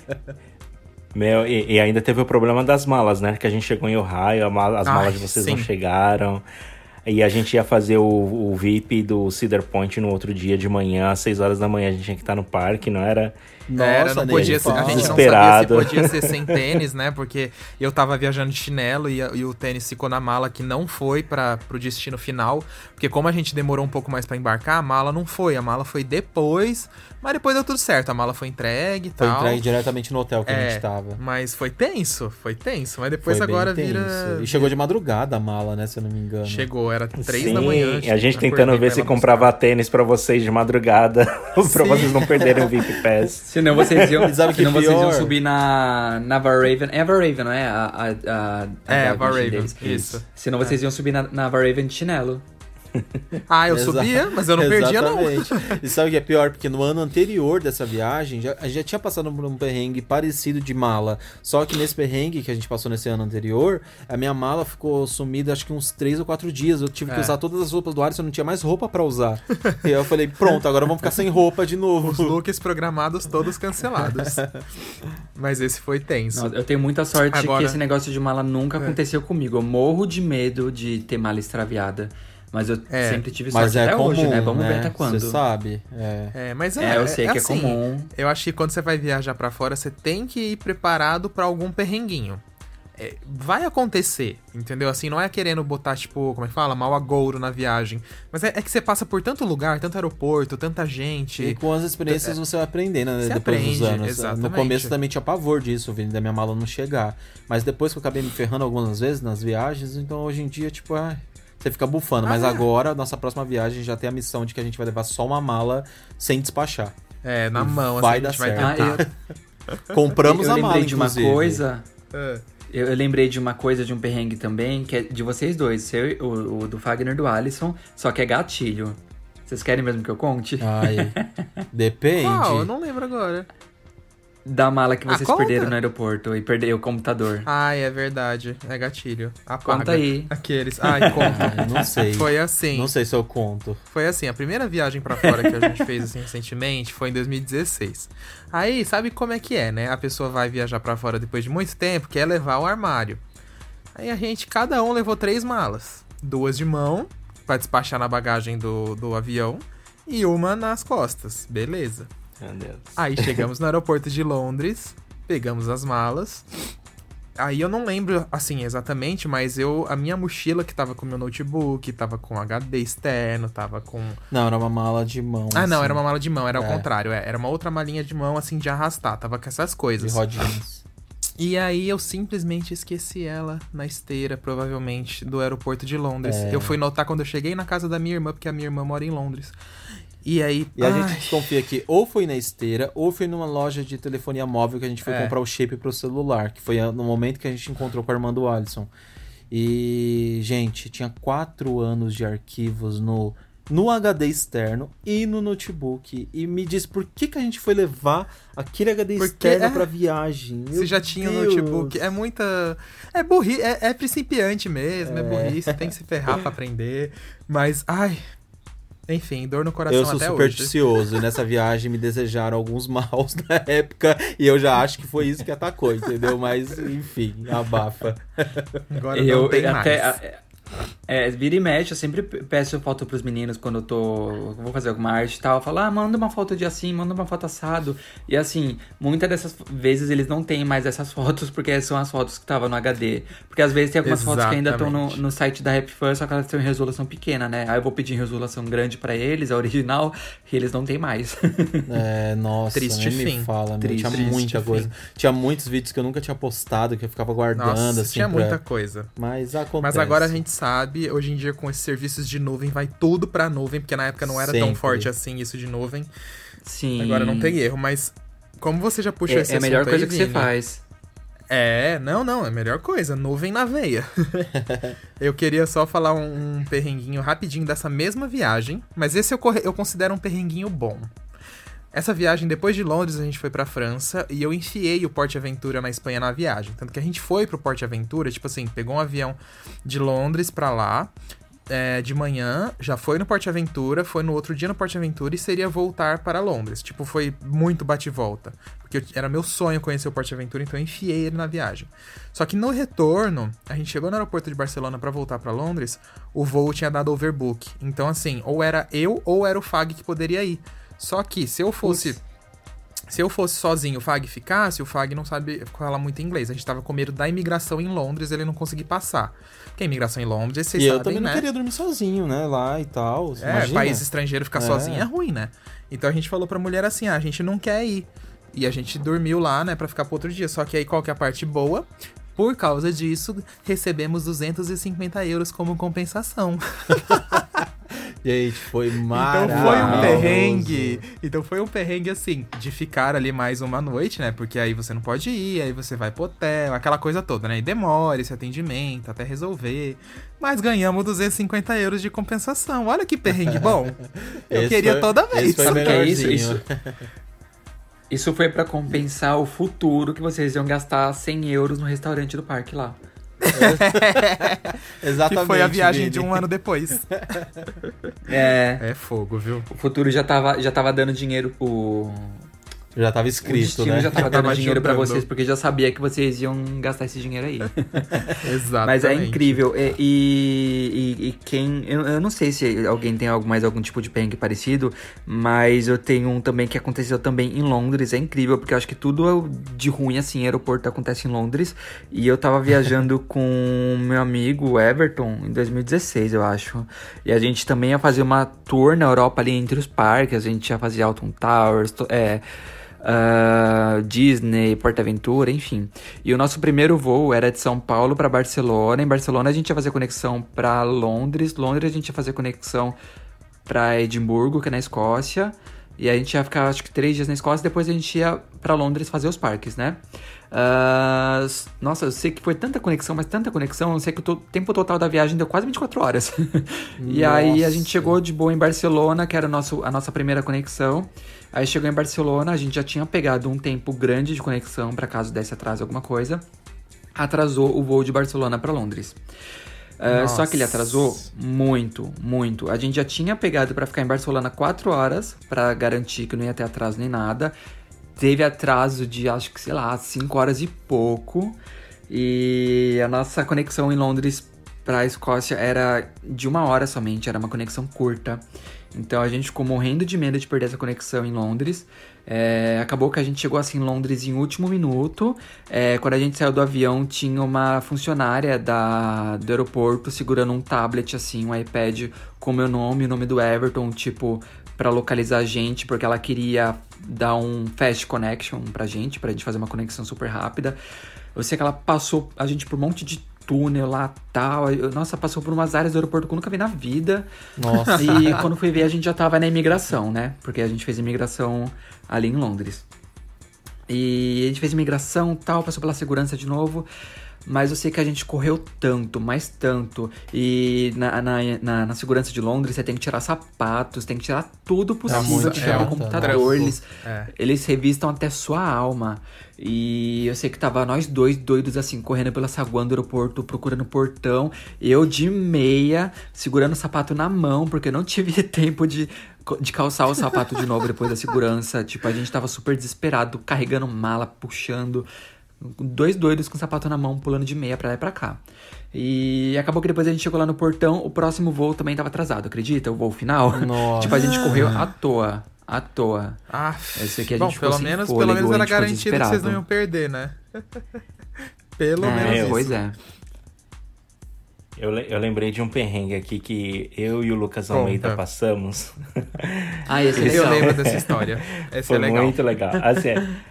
Meu, e, e ainda teve o problema das malas, né? Que a gente chegou em Ohio, a mala- as Ai, malas de vocês não sim. chegaram. E a gente ia fazer o, o V I P do Cedar Point no outro dia de manhã, às seis horas da manhã. A gente tinha que estar no parque, não era? Era, não nem podia me ser, a fala. gente não sabia se Desesperado. podia ser sem tênis, né? Porque eu tava viajando de chinelo e, e o tênis ficou na mala, que não foi para pro destino final. Porque como a gente demorou um pouco mais pra embarcar, a mala não foi. A mala foi depois, mas depois deu tudo certo. A mala foi entregue e Foi tal. entregue diretamente no hotel que a É, gente tava. mas foi tenso, foi tenso. Mas depois Foi bem agora tenso. vira... E chegou de madrugada a mala, né? Se eu não me engano. Chegou, era três Sim, da manhã. e a gente acordei tentando pra ver se ela comprava buscar. tênis pra vocês de madrugada, pra Sim. vocês não perderem o V I P Pass. Senão vocês iam, Sabe que senão vocês iam pior? subir na, na Varhaven. É a Varhaven, não é? A, a, a, a É, a viagem Varhaven, deles. isso. Senão vocês iam subir na, na Varhaven de chinelo. Ah, eu Exa- subia, mas eu não perdia não. Exatamente. E sabe o que é pior? Porque no ano anterior dessa viagem, já, a gente já tinha passado por um perrengue parecido de mala. Só que nesse perrengue que a gente passou nesse ano anterior, a minha mala ficou sumida acho que uns três ou quatro dias. Eu tive que É. usar todas as roupas do Alisson, eu não tinha mais roupa pra usar. E aí eu falei, pronto, agora vamos ficar sem roupa de novo. Os looks programados todos cancelados. Mas esse foi tenso. Nossa, eu tenho muita sorte Agora- que esse negócio de mala nunca aconteceu comigo. Eu morro de medo de ter mala extraviada. Mas eu É, sempre tive sorte Mas é até comum, hoje, né? Vamos ver né? até quando. Você sabe. É. É, mas é, É, eu sei que é assim, comum. Eu acho que quando você vai viajar pra fora, você tem que ir preparado pra algum perrenguinho. É, vai acontecer, entendeu? Assim, não é querendo botar, tipo, como é que fala? Mal agouro na viagem. Mas é, é que você passa por tanto lugar, tanto aeroporto, tanta gente. E com as experiências você vai aprendendo, né? Você Depois aprende, dos anos. exatamente. No começo também tinha pavor disso, vindo da minha mala não chegar. Mas depois que eu acabei me ferrando algumas vezes nas viagens, então hoje em dia, tipo, ah, você fica bufando. Ah, Mas é. agora, nossa próxima viagem já tem a missão de que a gente vai levar só uma mala sem despachar. É, na mão, Vai assim, a gente dar vai certo. Ah, tentar. eu, Compramos eu a lembrei mala, de uma inclusive. coisa. É. Eu, eu lembrei de uma coisa, de um perrengue também, que é de vocês dois, seu, e- o, o do Fagner e do Alisson, só que é gatilho. Vocês querem mesmo que eu conte? Ai, depende. Qual? Eu não lembro agora. Da mala que Ah, vocês conta. perderam no aeroporto e perderam o computador. Ai, é verdade. É gatilho. Apaga. Conta aí. Aqueles. Ai, conta. Ai, não sei. Foi assim. Não sei se eu conto. Foi assim, a primeira viagem pra fora que a gente fez assim recentemente foi em dois mil e dezesseis. Aí, sabe como é que é, né? A pessoa vai viajar pra fora depois de muito tempo, quer levar o armário. Aí a gente, cada um levou três malas. Duas de mão, pra despachar na bagagem do, do avião, e uma nas costas. Beleza. Meu Deus. Aí chegamos no aeroporto de Londres, pegamos as malas. Aí eu não lembro, assim, exatamente, mas eu... A minha mochila que tava com o meu notebook, tava com H D externo, tava com... Não, era uma mala de mão. Ah, não, assim, era uma mala de mão, era ao É. contrário. é, Era uma outra malinha de mão, assim, de arrastar. Tava com essas de coisas. rodinhas. E aí eu simplesmente esqueci ela na esteira, provavelmente, do aeroporto de Londres. É. Eu fui notar quando eu cheguei na casa da minha irmã, porque a minha irmã mora em Londres. E aí... E a ai, gente desconfia que ou foi na esteira, ou foi numa loja de telefonia móvel que a gente foi É. comprar o chip pro celular, que foi no momento que a gente encontrou com a irmã do Alisson. E, gente, tinha quatro anos de arquivos no no H D externo e no notebook. E me diz por que, que a gente foi levar aquele H D Porque externo é- pra viagem? Você Meu já tinha o Deus. notebook. É muita. É burrice. É, é principiante mesmo. É, burrice. Tem que se ferrar pra aprender. Mas, ai. Enfim, dor no coração Eu sou até hoje. supersticioso e nessa viagem me desejaram alguns maus na época e eu já acho que foi isso que atacou, entendeu? Mas, enfim, abafa. Agora Eu não tem até, mais. é, é, vira e mexe, eu sempre peço foto pros meninos quando eu tô. Vou fazer alguma arte e tal. Eu falo, ah, manda uma foto de assim, manda uma foto assado. E assim, muitas dessas vezes eles não têm mais essas fotos porque são as fotos que estavam no H D. Porque às vezes tem algumas fotos que ainda estão no, Exatamente. no site da Happy Fun, só que elas têm resolução pequena, né? Aí eu vou pedir em resolução grande pra eles, a original, que eles não têm mais. É, nossa, Triste nem me fim. fala, meu. Triste, Tinha triste muita fim. coisa. Tinha muitos vídeos que eu nunca tinha postado, que eu ficava guardando, Nossa, assim, tinha pra- muita coisa. Mas acontece. Mas agora a gente sabe, hoje em dia com esses serviços de nuvem, vai tudo pra nuvem, porque na época não era tão Sempre. forte assim isso de nuvem. Sim. Agora não tem erro, mas como você já puxou É, esse é a melhor assunto coisa aí, que você Vini, faz. É, não, não, é a melhor coisa, nuvem na veia. Eu queria só falar um, um perrenguinho rapidinho dessa mesma viagem, mas esse eu, corre- eu considero um perrenguinho bom. Essa viagem, depois de Londres, a gente foi pra França e eu enfiei o Porte Aventura na Espanha na viagem. Tanto que a gente foi pro Porte Aventura, tipo assim, pegou um avião de Londres pra lá, é, de manhã, já foi no Porte Aventura, foi no outro dia no Porte Aventura e seria voltar para Londres. Tipo, foi muito bate e volta. Porque eu- era meu sonho conhecer o Porte Aventura, então eu enfiei ele na viagem. Só que no retorno, a gente chegou no aeroporto de Barcelona pra voltar pra Londres, o voo tinha dado overbook. Então, assim, ou era eu ou era o Fag que poderia ir. Só que se eu fosse... Se eu fosse sozinho, o Fag ficasse, o Fag não sabe falar muito inglês. A gente tava com medo da imigração em Londres, ele não conseguir passar. Porque a imigração em Londres, vocês E sabem, eu também não né? queria dormir sozinho, né? Lá e tal. É, Imagina. país estrangeiro ficar É. sozinho é ruim, né? Então a gente falou pra mulher assim, ah, a gente não quer ir. E a gente dormiu lá, né, pra ficar pro outro dia. Só que aí qual que é a parte boa? Por causa disso, recebemos duzentos e cinquenta euros como compensação. Gente, foi Então maravilhoso. foi um perrengue. Então foi um perrengue, assim, de ficar ali mais uma noite, né? Porque aí você não pode ir, aí você vai pro hotel, aquela coisa toda, né? E demora esse atendimento até resolver. Mas ganhamos duzentos e cinquenta euros de compensação. Olha que perrengue bom. Eu Esse queria foi- toda vez. esse foi Sabe o que é isso? melhorzinho. Isso, isso foi pra compensar o futuro que vocês iam gastar cem euros no restaurante do parque lá. Exatamente. Que foi a viagem Vini. de um ano depois. É, É fogo, viu? o futuro já tava, já tava dando dinheiro pro... Já tava O escrito, destino né? já tava dando Tava dinheiro pra ajudando. vocês, porque já sabia que vocês iam gastar esse dinheiro aí. Exatamente. Mas é incrível. E, e, e- e quem... Eu, eu não sei se alguém tem algo, mais algum tipo de perrengue parecido, mas eu tenho um também que aconteceu também em Londres. É incrível, porque eu acho que tudo de ruim, assim, aeroporto acontece em Londres. E eu tava viajando com meu amigo o Everton em dois mil e dezesseis, eu acho. E a gente também ia fazer uma tour na Europa ali entre os parques. A gente ia fazer Alton Towers, to- é... Uh, Disney, PortAventura, enfim. E o nosso primeiro voo era de São Paulo para Barcelona. Em Barcelona a gente ia fazer conexão para Londres. Londres a gente ia fazer conexão para Edimburgo, que é na Escócia. E a gente ia ficar, acho que, três dias na Escócia. Depois a gente ia para Londres fazer os parques, né? Uh, nossa, eu sei que foi tanta conexão, mas tanta conexão. Eu sei que o to- tempo total da viagem deu quase vinte e quatro horas. E aí a gente chegou de boa em Barcelona, que era o nosso, a nossa primeira conexão. Aí chegou em Barcelona, a gente já tinha pegado um tempo grande de conexão para caso desse atraso alguma coisa. Atrasou o voo de Barcelona para Londres. Uh, só que ele atrasou muito, muito. A gente já tinha pegado para ficar em Barcelona quatro horas para garantir que não ia ter atraso nem nada. Teve atraso de, acho que, sei lá, cinco horas e pouco. E a nossa conexão em Londres para a Escócia era de uma hora somente, era uma conexão curta. Então a gente ficou morrendo de medo de perder essa conexão em Londres. É, acabou que a gente chegou assim em Londres em último minuto. É, quando a gente saiu do avião, tinha uma funcionária da, do aeroporto segurando um tablet, assim, um iPad com o meu nome, o nome do Everton, tipo, pra localizar a gente, porque ela queria dar um fast connection pra gente, pra gente fazer uma conexão super rápida. Eu sei que ela passou a gente por um monte de túnel lá e tal. Eu- Nossa, passou por umas áreas do aeroporto que eu nunca vi na vida. Nossa. E quando fui ver, a gente já tava na imigração, né? Porque a gente fez imigração ali em Londres. E a gente fez imigração e tal, passou pela segurança de novo. mas eu sei que a gente correu tanto, mais tanto. E na, na, na, na segurança de Londres, você tem que tirar sapatos, tem que tirar tudo possível de dentro do computador. Eles, é. eles revistam até sua alma. E eu sei que tava nós dois doidos assim, correndo pela saguão do aeroporto, procurando portão. Eu de meia, segurando o sapato na mão, porque eu não tive tempo de, de calçar o sapato de novo depois da segurança. Tipo, a gente tava super desesperado, carregando mala, puxando. Dois doidos com o sapato na mão, pulando de meia pra lá e pra cá. E acabou que depois a gente chegou lá no portão, o próximo voo também tava atrasado, acredita? O voo final. Nossa. Tipo, a gente correu à toa. À toa. Ah, esse aqui a bom, gente ficou pelo sem menos, fôlego, pelo menos era a gente ficou garantido que vocês não iam perder, né? Pelo é, menos isso. Pois é. Eu, eu lembrei de um perrengue aqui que eu e o Lucas Almeida Conta. passamos. Ah, esse é legal. Eu lembro dessa história. Esse Foi é legal. muito legal. Assim,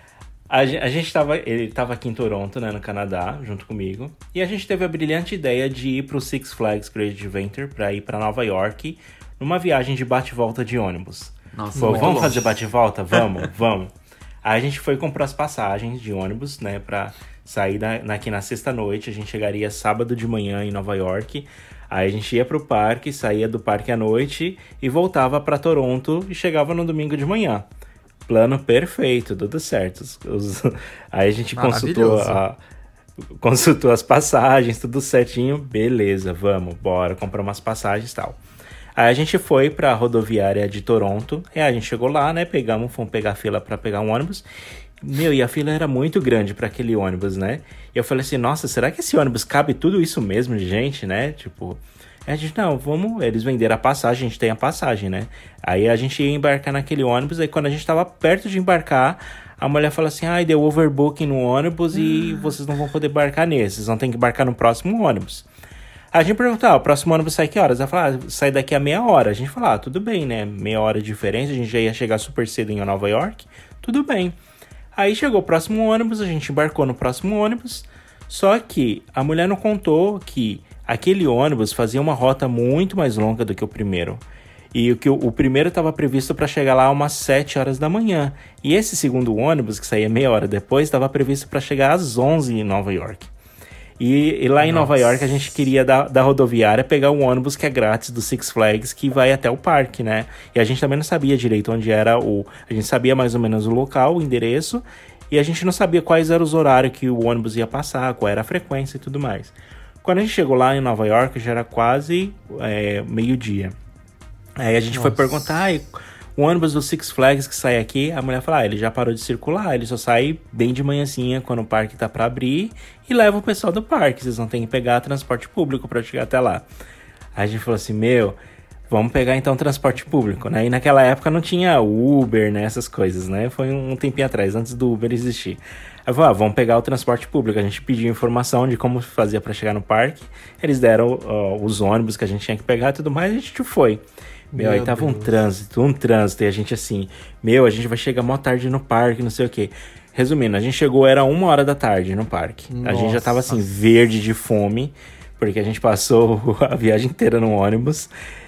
a, gente- a gente tava... Ele tava aqui em Toronto, né, no Canadá, junto comigo. E a gente teve a brilhante ideia de ir pro Six Flags Great Adventure pra ir pra Nova York numa viagem de bate-volta de ônibus. Nossa, Pô, muito vamos longe. fazer bate-volta? Vamos, vamos. Aí a gente foi comprar as passagens de ônibus, né, pra sair na, na- aqui na sexta-noite. A gente chegaria sábado de manhã em Nova York. Aí a gente ia pro parque, saía do parque à noite e voltava pra Toronto e chegava no domingo de manhã. Plano perfeito, tudo certo. Os- os- Aí a gente consultou, Maravilhoso. a, consultou as passagens, tudo certinho. Beleza, vamos, bora, comprar umas passagens e tal. Aí a gente foi pra rodoviária de Toronto. E aí a gente chegou lá, né? Pegamos, fomos pegar a fila pra pegar um ônibus. Meu, e a fila era muito grande pra aquele ônibus, né? E eu falei assim, nossa, será que esse ônibus cabe tudo isso mesmo de gente, né? Tipo, a gente, não, vamos... Eles venderam a passagem, a gente tem a passagem, né? Aí a gente ia embarcar naquele ônibus. Aí quando a gente tava perto de embarcar, a mulher falou assim, ai, deu overbooking no ônibus e vocês não vão poder embarcar nesse. Vocês vão ter que embarcar no próximo ônibus. A gente perguntou, ah, o próximo ônibus sai que horas? Ela falou, ah, sai daqui a meia hora. A gente falou, ah, tudo bem, né? Meia hora de diferença, a gente já ia chegar super cedo em Nova York. Tudo bem. Aí chegou o próximo ônibus, a gente embarcou no próximo ônibus. Só que a mulher não contou que aquele ônibus fazia uma rota muito mais longa do que o primeiro. E o, que o, o primeiro estava previsto para chegar lá umas sete horas da manhã. E esse segundo ônibus, que saía meia hora depois, estava previsto para chegar às onze em Nova York. E, e lá em Nossa. Nova York a gente queria da, da rodoviária pegar um ônibus que é grátis do Six Flags, que vai até o parque, né? E a gente também não sabia direito onde era o... A gente sabia mais ou menos o local, o endereço, e a gente não sabia quais eram os horários que o ônibus ia passar, qual era a frequência e tudo mais. Quando a gente chegou lá em Nova York, já era quase é, meio-dia. Aí a gente Nossa. foi perguntar... "Ai, o ônibus do Six Flags que sai aqui", a mulher falou, ah, ele já parou de circular, ele só sai bem de manhãzinha quando o parque tá pra abrir e leva o pessoal do parque, vocês não tem que pegar transporte público pra chegar até lá. Aí a gente falou assim, meu, vamos pegar então transporte público, né? E naquela época não tinha Uber, né, essas coisas, né? Foi um tempinho atrás, antes do Uber existir. Aí eu falei, ah, vamos pegar o transporte público. A gente pediu informação de como fazia pra chegar no parque, eles deram ó, os ônibus que a gente tinha que pegar e tudo mais, e a gente foi. Meu, Meu aí tava Deus. um trânsito, um trânsito, e a gente assim, meu, a gente vai chegar mó tarde no parque, não sei o quê. Resumindo, a gente chegou, era uma hora da tarde no parque. A gente já tava assim, verde de fome, porque a gente passou a viagem inteira no ônibus.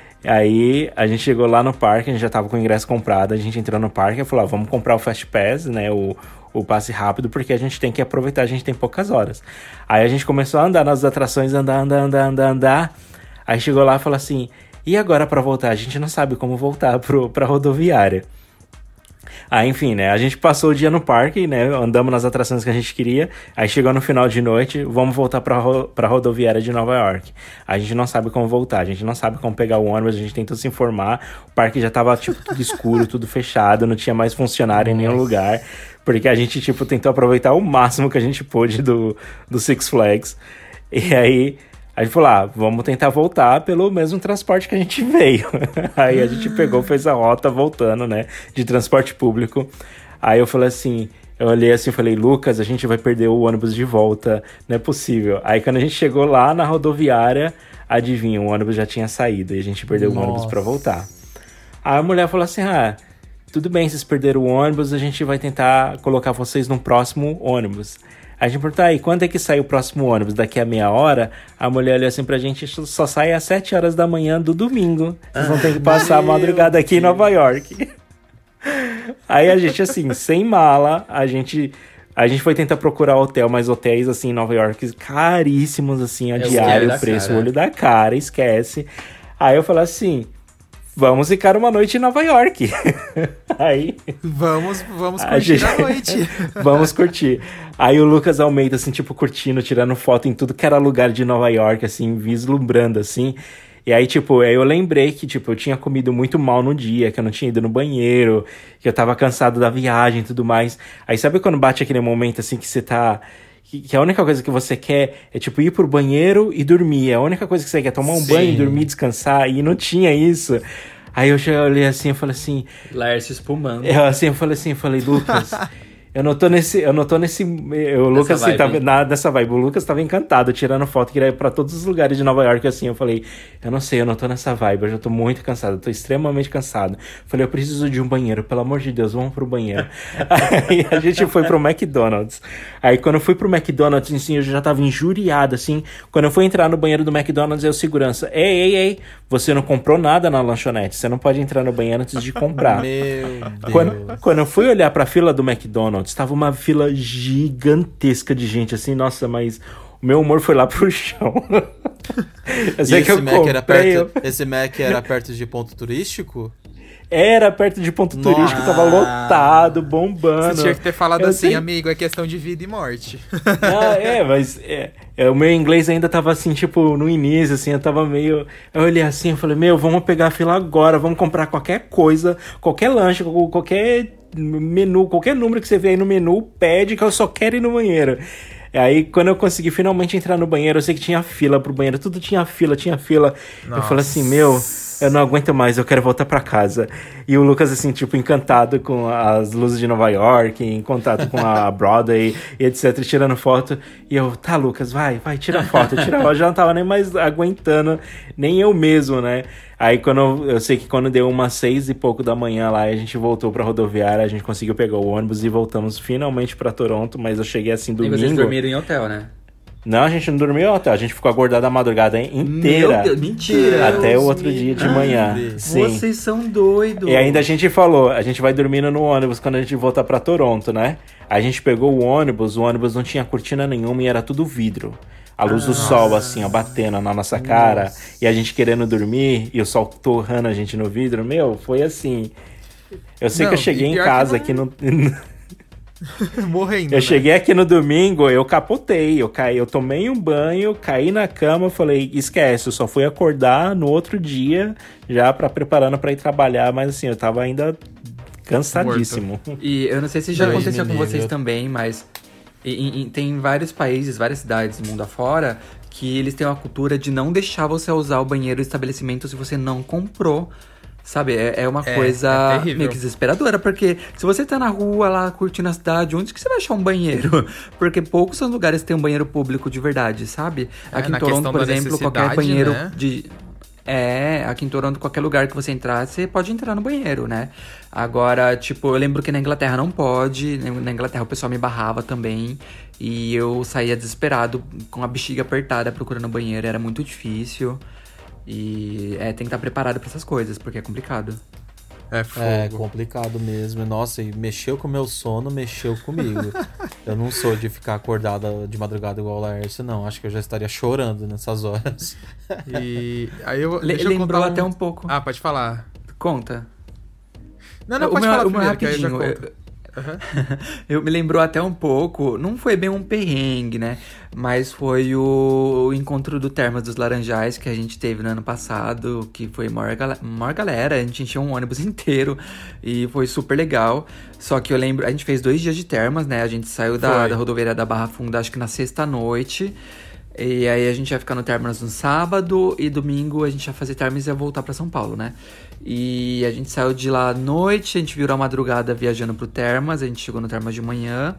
Aí a gente chegou lá no parque, a gente já tava com o ingresso comprado, a gente entrou no parque e falou, ah, vamos comprar o Fast Pass, né, o, o passe rápido, porque a gente tem que aproveitar, a gente tem poucas horas. Aí a gente começou a andar nas atrações, andar, andar, andar, andar, andar. Aí chegou lá e falou assim, e agora pra voltar? A gente não sabe como voltar pro, pra rodoviária. Aí, enfim, né? A gente passou o dia no parque, né? Andamos nas atrações que a gente queria. Aí chegou no final de noite, vamos voltar pra, ro- pra rodoviária de Nova York. A gente não sabe como voltar, a gente não sabe como pegar o ônibus, a gente tentou se informar. O parque já tava, tipo, tudo escuro, tudo fechado, não tinha mais funcionário em nenhum lugar. Porque a gente, tipo, tentou aproveitar o máximo que a gente pôde do, do Six Flags. E aí... A gente falou, ah, vamos tentar voltar pelo mesmo transporte que a gente veio. Aí a gente pegou, fez a rota voltando, né, de transporte público. Aí eu falei assim, eu olhei assim e falei, Lucas, a gente vai perder o ônibus de volta, não é possível. Aí quando a gente chegou lá na rodoviária, adivinha, o ônibus já tinha saído e a gente perdeu Nossa. o ônibus pra voltar. Aí a mulher falou assim, ah, tudo bem, vocês perderam o ônibus, a gente vai tentar colocar vocês no próximo ônibus. A gente perguntou, aí, quando é que sai o próximo ônibus? Daqui a meia hora? A mulher olhou assim pra gente, só sai às sete horas da manhã do domingo. Vocês vão ter que passar a madrugada aqui em Nova York. Aí a gente, assim, sem mala, a gente A gente foi tentar procurar hotel, mas hotéis, assim, em Nova York, caríssimos, assim, a É o diário, olho o preço, da o olho da cara, esquece. Aí eu falei assim, vamos ficar uma noite em Nova York. Aí... Vamos, vamos a curtir gente- a noite. Vamos curtir. Aí o Lucas Almeida, assim, tipo, curtindo, tirando foto em tudo que era lugar de Nova York, assim, vislumbrando, assim. E aí, tipo, aí eu lembrei que, tipo, eu tinha comido muito mal no dia, que eu não tinha ido no banheiro, que eu tava cansado da viagem e tudo mais. Aí sabe quando bate aquele momento, assim, que você tá... Que, que a única coisa que você quer é, tipo, ir pro banheiro e dormir. A única coisa que você quer é tomar um Sim. banho, dormir, descansar. E não tinha isso. Aí eu já olhei assim, eu falei assim... Laércio espumando. Eu, assim, eu falei assim, eu falei, Lucas... Eu não tô nesse. Eu não tô nesse. O Lucas assim, vibe. tava, na, dessa vibe. O Lucas tava encantado, tirando foto, que ia pra todos os lugares de Nova York, assim. Eu falei, eu não sei, eu não tô nessa vibe. Eu já tô muito cansado, eu tô extremamente cansado. Falei, eu preciso de um banheiro, pelo amor de Deus, vamos pro banheiro. Aí a gente foi pro McDonald's. Aí quando eu fui pro McDonald's, assim, eu já tava injuriado, assim. Quando eu fui entrar no banheiro do McDonald's, eu segurança. Ei, ei, ei, você não comprou nada na lanchonete. Você não pode entrar no banheiro antes de comprar. Meu Deus. Quando, quando eu fui olhar pra fila do McDonald's, tava uma fila gigantesca de gente, assim, nossa, mas o meu humor foi lá pro chão. Eu E sei que esse eu Mac, era comprei... perto, esse Mac era perto de ponto turístico? Era perto de ponto Nossa. turístico, tava lotado, bombando. Você tinha que ter falado Eu assim, sei- amigo, é questão de vida e morte. Ah, é, mas é, é, o meu inglês ainda tava assim, tipo, no início, assim, eu tava meio... Eu olhei assim, eu falei, meu, vamos pegar a fila agora, vamos comprar qualquer coisa, qualquer lanche, qualquer menu, qualquer número que você vê aí no menu, pede que eu só quero ir no banheiro. E aí, quando eu consegui finalmente entrar no banheiro, eu sei que tinha fila pro banheiro, tudo tinha fila, tinha fila. Eu falei assim, meu... Eu não aguento mais, eu quero voltar pra casa. E o Lucas, assim, tipo, encantado com as luzes de Nova York, em contato com a Broadway, e etc, tirando foto. E eu, tá, Lucas, vai, vai, tira foto, tira foto. Eu já não tava nem mais aguentando, nem eu mesmo, né? Aí, quando eu, eu sei que quando deu umas seis e pouco da manhã lá, a gente voltou pra rodoviária, a gente conseguiu pegar o ônibus e voltamos finalmente pra Toronto, mas eu cheguei, assim, E domingo... vocês dormiram em hotel, né? Não, a gente não dormiu até, a gente ficou acordado a madrugada inteira. Meu Deus, mentira. Até o outro dia de manhã. livre. Sim. Vocês são doidos. E ainda a gente falou, a gente vai dormindo no ônibus quando a gente voltar pra Toronto, né? A gente pegou o ônibus, o ônibus não tinha cortina nenhuma e era tudo vidro. A luz do sol, assim, ó, batendo na nossa cara. E a gente querendo dormir e o sol torrando a gente no vidro. Meu, foi assim... Eu sei Não, que eu cheguei e em pior casa que aqui no... Morrendo, Eu né? cheguei aqui no domingo, eu capotei, eu caí, eu tomei um banho, caí na cama, falei, esquece, eu só fui acordar no outro dia, já pra, preparando pra ir trabalhar, mas assim, eu tava ainda cansadíssimo. E eu não sei se já Dois aconteceu com meninos. vocês também, mas em- em- tem vários países, várias cidades do mundo afora, que eles têm uma cultura de não deixar você usar o banheiro do estabelecimento se você não comprou. Sabe, é, é uma É, coisa é terrível. meio que desesperadora, porque se você tá na rua lá curtindo a cidade, onde que você vai achar um banheiro? Porque poucos são os lugares que tem um banheiro público de verdade, sabe? É, Aqui em na Toronto, questão por da exemplo, qualquer necessidade, banheiro né? de. É, aqui em Toronto, qualquer lugar que você entrar, você pode entrar no banheiro, né? Agora, tipo, eu lembro que na Inglaterra não pode, na Inglaterra o pessoal me barrava também, e eu saía desesperado, com a bexiga apertada, procurando banheiro, era muito difícil. E é, tem que estar preparado pra essas coisas, porque é complicado. É fogo. É complicado mesmo. Nossa, e mexeu com o meu sono, mexeu comigo. Eu não sou de ficar acordada de madrugada igual o Laércio, não. Acho que eu já estaria chorando nessas horas. E aí eu, Le- deixa eu lembrou contar até um pouco. Ah, pode falar. Conta. Não, não, O pode meu- falar o meu primeiro, que aí eu já rapidinho, conto. Aham. Eu me lembrou até um pouco, não foi bem um perrengue, né? Mas foi o, o encontro do Termas dos Laranjais que a gente teve no ano passado, que foi maior, gal- maior galera, a gente encheu um ônibus inteiro e foi super legal. Só que eu lembro, a gente fez dois dias de Termas, né? A gente saiu da, Foi. da rodoviária da Barra Funda, acho que na sexta-noite. E aí a gente ia ficar no Termas no sábado e domingo a gente ia fazer Termas e ia voltar pra São Paulo, né? E a gente saiu de lá à noite, a gente virou a madrugada viajando pro Termas, a gente chegou no Termas de manhã.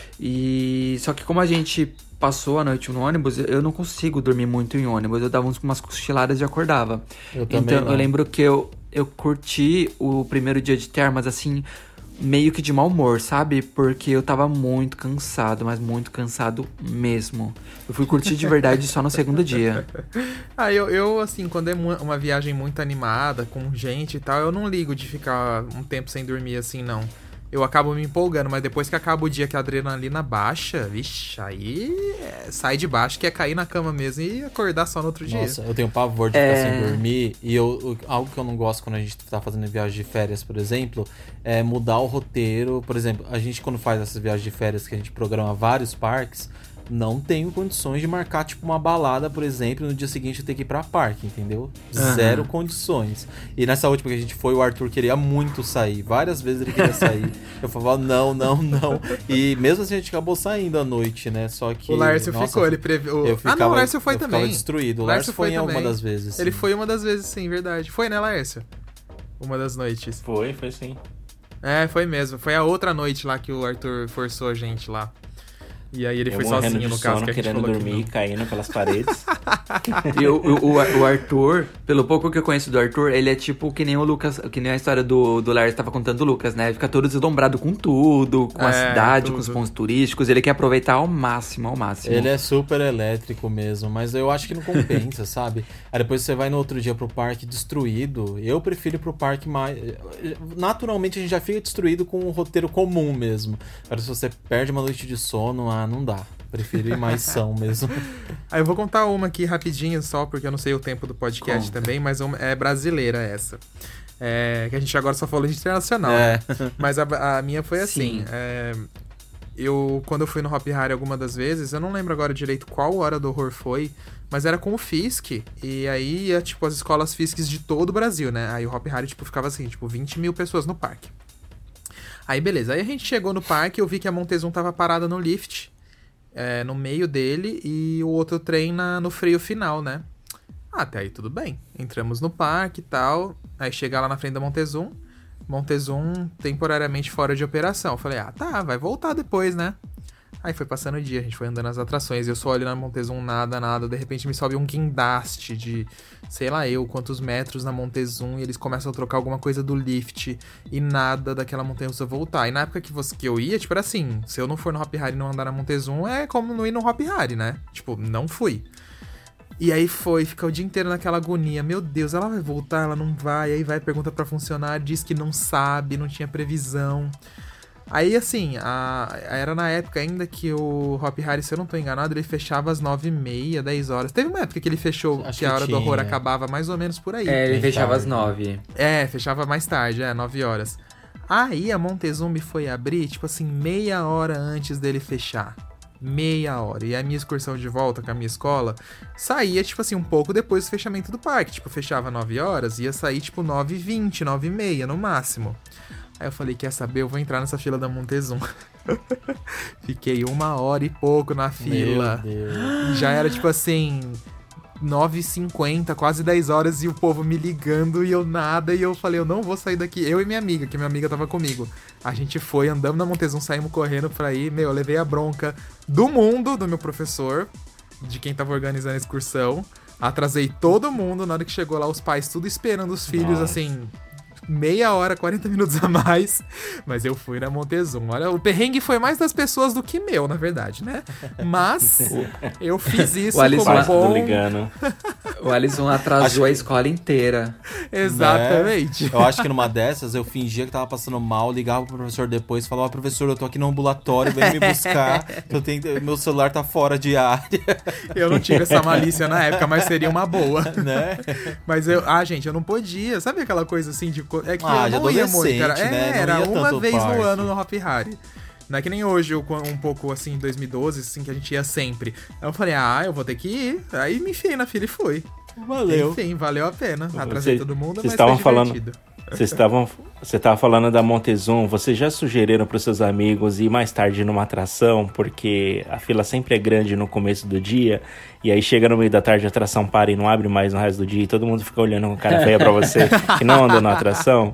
E só que como a gente passou a noite no ônibus, eu não consigo dormir muito em ônibus, eu dava uns- umas cochiladas e acordava. Eu também então não. eu lembro que eu, eu curti o primeiro dia de Termas assim, meio que de mau humor, sabe? Porque eu tava muito cansado, mas muito cansado mesmo. Eu fui curtir de verdade só no segundo dia. Ah, eu, eu, assim, quando é mu- uma viagem muito animada, com gente e tal, eu não ligo de ficar um tempo sem dormir assim, não. eu acabo me empolgando, mas depois que acaba o dia que a adrenalina baixa, vixe, aí é, sai de baixo, que é cair na cama mesmo e acordar só no outro dia. Nossa, eu tenho pavor de É. ficar sem dormir. E eu, eu- algo que eu não gosto quando a gente tá fazendo viagem de férias, por exemplo, é mudar o roteiro. Por exemplo, a gente quando faz essas viagens de férias que a gente programa vários parques, não tenho condições de marcar, tipo, uma balada, por exemplo, no dia seguinte eu ter que ir pra parque, entendeu? Aham. Zero condições. E nessa última que a gente foi, o Arthur queria muito sair. Várias vezes ele queria sair. Eu falava, não, não, não. E mesmo assim a gente acabou saindo à noite, né? Só que... O Lárcio nossa, ficou, ele previu. eu ah, ficava, não, o Lárcio foi eu também. ficava destruído. O O Lárcio Lárcio foi foi em alguma também. das vezes. Ele sim. foi uma das vezes, sim, verdade. Foi, né, Lárcio? Uma das noites. Foi, foi sim. É, foi mesmo. Foi a outra noite lá que o Arthur forçou a gente lá. E aí ele Eu foi morrendo sozinho, de no caso, sono, que a gente querendo falou dormir, que caindo pelas paredes. E o, o, o Arthur, pelo pouco que eu conheço do Arthur, ele é tipo que nem o Lucas, que nem a história do, do Lars estava contando do Lucas, né? Ele fica todo deslumbrado com tudo, com a É, cidade, tudo. com os pontos turísticos. Ele quer aproveitar ao máximo, ao máximo. Ele é super elétrico mesmo, mas eu acho que não compensa, sabe? Aí depois você vai no outro dia pro parque destruído. Eu prefiro ir pro parque mais... Naturalmente a gente já fica destruído com um roteiro comum mesmo. Agora se você perde uma noite de sono, ah, não dá. Prefiro ir mais são mesmo. Aí eu vou contar uma aqui rapidinho só, porque eu não sei o tempo do podcast Conta. também, mas uma- é brasileira essa. É, que a gente agora só falou de internacional, É. né? Mas a, a minha foi assim. Sim. é, eu, quando eu fui no Hop Hari alguma das vezes, eu não lembro agora direito qual hora do horror foi, mas era com o Fisk, e aí ia, tipo, as escolas Fisks de todo o Brasil, né? Aí o Hop Hari, tipo, ficava assim, tipo, vinte mil pessoas no parque. Aí, beleza. Aí a gente chegou no parque, eu vi que a Montezum tava parada no lift, é, no meio dele, e o outro trem na, no freio final, né? Ah, até aí tudo bem. Entramos no parque e tal. Aí chega lá na frente da Montezum. Montezum temporariamente fora de operação. Eu falei, ah, tá, vai voltar depois, né? Aí foi passando o dia, a gente foi andando nas atrações. Eu só olho na Montezum, nada, nada. De repente me sobe um guindaste de, sei lá eu, quantos metros na Montezum. E eles começam a trocar alguma coisa do lift. E nada daquela Montezum voltar. E na época que, você, que eu ia, tipo, era assim. Se eu não for no Hop Hari e não andar na Montezum, é como não ir no Hop Hari, né? Tipo, não fui. E aí foi, fica o dia inteiro naquela agonia. Meu Deus, ela vai voltar, ela não vai. Aí vai, pergunta pra funcionário, diz que não sabe, não tinha previsão. Aí, assim, a, era na época ainda que o Hop Hari, se eu não tô enganado, ele fechava às nove e meia, dez horas. Teve uma época que ele fechou, Acho que a que hora do tinha. horror acabava mais ou menos por aí. É, ele Bem fechava tarde. às nove. É, fechava mais tarde, é, nove horas. Aí a Montezum me foi abrir, tipo assim, meia hora antes dele fechar. Meia hora. E a minha excursão de volta com a minha escola saía, tipo assim, um pouco depois do fechamento do parque. Tipo, fechava nove horas, ia sair, tipo, nove e vinte, nove e meia, no máximo. Aí eu falei, quer saber? Eu vou entrar nessa fila da Montezum. Fiquei uma hora e pouco na fila. Meu Deus. Já era, tipo assim... nove e cinquenta, quase dez horas, e o povo me ligando e eu nada, e eu falei, eu não vou sair daqui. Eu e minha amiga, que minha amiga tava comigo. A gente foi, andamos na Montezum, saímos correndo pra ir. Meu, eu levei a bronca do mundo, do meu professor, de quem tava organizando a excursão. Atrasei todo mundo, na hora que chegou lá, os pais tudo esperando os filhos, Nossa. assim... meia hora, quarenta minutos a mais, mas eu fui na Montezum. Olha, o perrengue foi mais das pessoas do que meu, na verdade, né? Mas eu fiz isso O Alisson como Parte do bom... ligando. O Alisson atrasou a escola inteira. Exatamente. Né? Eu acho que numa dessas eu fingia que tava passando mal, ligava pro professor depois e falava, professor, eu tô aqui no ambulatório, vem me buscar, que eu tenho, meu celular tá fora de área, Eu não tive essa malícia na época, mas seria uma boa. né? Mas eu, ah, gente, eu não podia. Sabe aquela coisa assim de. co- É que Ah, eu de não ia muito. adolescente, Era, né? é, Não era ia uma tanto vez parque. no ano no Hop Hari. Não é que nem hoje, eu, um pouco assim, em dois mil e doze, assim, que a gente ia sempre. Aí eu falei, ah, eu vou ter que ir. Aí me enfiei na fila e fui. Valeu. Enfim, valeu a pena. Atrasei Vocês- todo mundo, vocês mas estavam foi falando- divertido. Vocês estavam, você estava falando da Montezum, vocês já sugeriram para os seus amigos ir mais tarde numa atração, porque a fila sempre é grande no começo do dia, e aí chega no meio da tarde a atração para e não abre mais no resto do dia, e todo mundo fica olhando com cara feia para você que não anda na atração?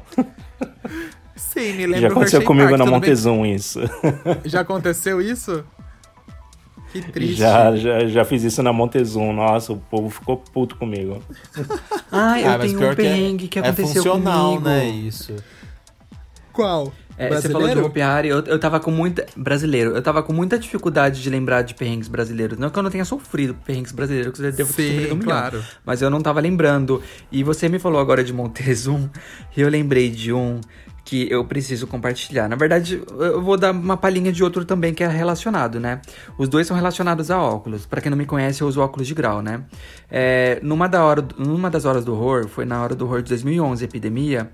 Sim, me lembro Já do aconteceu Hershey comigo Park, na tudo bem? Montezum isso. Já aconteceu isso? Que triste. Já, já, já fiz isso na Montezum, nossa, o povo ficou puto comigo. Ah, eu Ah, mas tenho pior um que é- perrengue que, é aconteceu funcional, comigo. né, isso. Qual? É, você falou de Hop Hari, eu, eu tava com muita... Brasileiro. Eu tava com muita dificuldade de lembrar de perrengues brasileiros. Não que eu não tenha sofrido perrengues brasileiros, que eu devo ter Sim, sofrido um milhão. claro. Mas eu não tava lembrando. E você me falou agora de Montezum, e eu lembrei de um que eu preciso compartilhar. Na verdade, eu vou dar uma palhinha de outro também que é relacionado, né? Os dois são relacionados a óculos. Pra quem não me conhece, eu uso óculos de grau, né? É, numa, da hora, numa das horas do horror, foi na hora do horror de dois mil e onze, epidemia,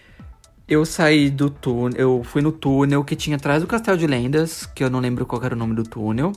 eu saí do túnel, eu fui no túnel que tinha atrás do Castelo de Lendas, que eu não lembro qual era o nome do túnel.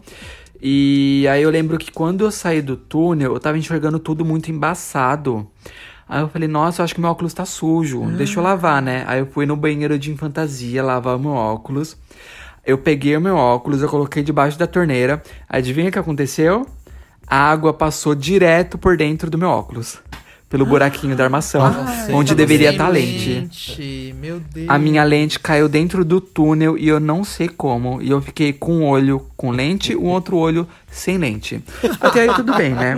E aí eu lembro que quando eu saí do túnel, eu tava enxergando tudo muito embaçado. Aí eu falei, nossa, eu acho que meu óculos tá sujo, deixa eu lavar, né? Aí eu fui no banheiro de fantasia lavar o meu óculos. Eu peguei o meu óculos, eu coloquei debaixo da torneira. Adivinha o que aconteceu? A água passou direto por dentro do meu óculos. Pelo buraquinho da armação, Ai, onde tá deveria sem estar a lente. lente. Meu Deus. A minha lente caiu dentro do túnel e eu não sei como. E eu fiquei com um olho com lente, o outro olho sem lente. Até aí tudo bem, né?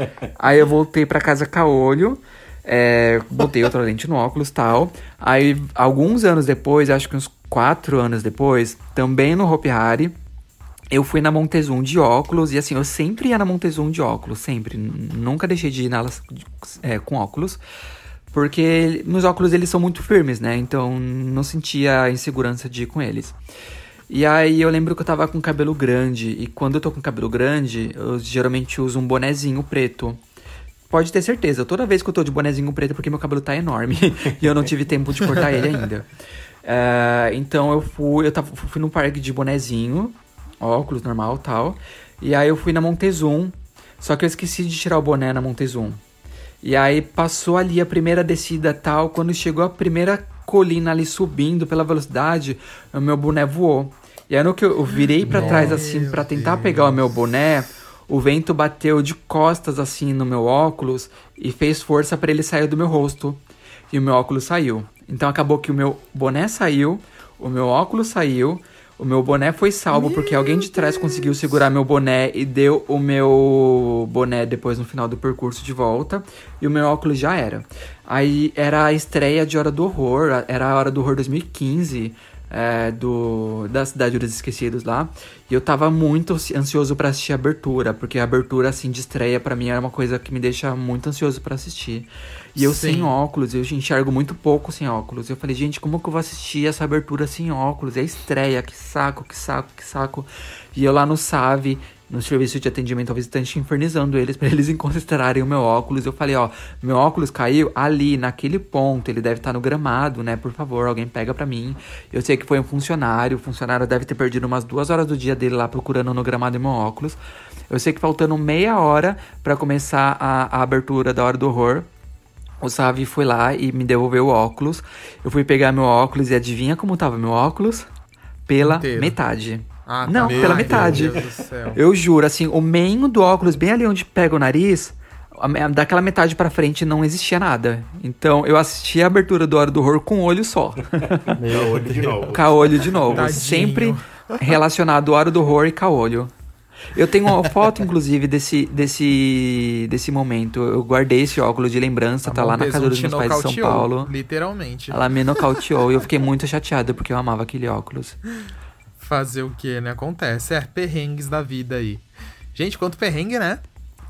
Aí eu voltei pra casa com olho. É, botei outra lente no óculos e tal. Aí, alguns anos depois, acho que uns quatro anos depois, também no Hopi Hari, eu fui na Montezum de óculos. E assim, eu sempre ia na Montezum de óculos, sempre. Nunca deixei de ir nelas é, com óculos. Porque meus óculos, eles são muito firmes, né? Então, não sentia insegurança de ir com eles. E aí, eu lembro que eu tava com cabelo grande. E quando eu tô com cabelo grande, eu geralmente uso um bonezinho preto. Pode ter certeza, toda vez que eu tô de bonezinho preto é porque meu cabelo tá enorme e eu não tive tempo de cortar ele ainda. Uh, então eu fui, eu tava, fui num parque de bonezinho, óculos normal e tal. E aí eu fui na Montezum, só que eu esqueci de tirar o boné na Montezum. E aí passou ali a primeira descida tal, quando chegou a primeira colina ali subindo pela velocidade, o meu boné voou. E aí no que eu virei pra trás assim pra tentar Deus. pegar o meu boné, o vento bateu de costas assim no meu óculos e fez força para ele sair do meu rosto. E o meu óculos saiu. Então acabou que o meu boné saiu, o meu óculos saiu, o meu boné foi salvo meu porque alguém de trás Deus. conseguiu segurar meu boné e deu o meu boné depois no final do percurso de volta. E o meu óculos já era. Aí era a estreia de Hora do Horror, era a Hora do Horror dois mil e quinze. É, do, da Cidade dos Esquecidos lá. E eu tava muito ansioso pra assistir a abertura, porque a abertura, assim, de estreia pra mim é uma coisa que me deixa muito ansioso pra assistir. E eu Sim. sem óculos, eu enxergo muito pouco sem óculos. Eu falei, gente, como que eu vou assistir essa abertura sem óculos? É estreia, que saco, que saco, que saco. E eu lá no Save, no serviço de atendimento ao visitante, infernizando eles pra eles considerarem o meu óculos. Eu falei, ó, meu óculos caiu ali, naquele ponto, ele deve estar no gramado, né? Por favor, alguém pega pra mim. Eu sei que foi um funcionário, o funcionário deve ter perdido umas duas horas do dia dele lá procurando no gramado meu óculos. Eu sei que faltando meia hora pra começar a, a abertura da Hora do Horror, o Savi foi lá e me devolveu o óculos. Eu fui pegar meu óculos e adivinha como tava meu óculos? Pela Inteiro. metade. Ah, tá. Não, Meu pela Deus metade. do céu. Eu juro, assim, o meio do óculos, bem ali onde pega o nariz, daquela metade pra frente não existia nada. Então, eu assisti a abertura do Hora do Horror com o olho só. Meu olho de novo. Caolho de novo. Tadinho. Sempre relacionado Hora do Horror e caolho. Eu tenho uma foto, inclusive, desse, desse, desse momento. Eu guardei esse óculos de lembrança, tá lá na casa dos meus pais de São Paulo. Literalmente. Ela me nocauteou e eu fiquei muito chateado porque eu amava aquele óculos. Fazer o que, né? Acontece. É, perrengues da vida aí. Gente, quanto perrengue, né?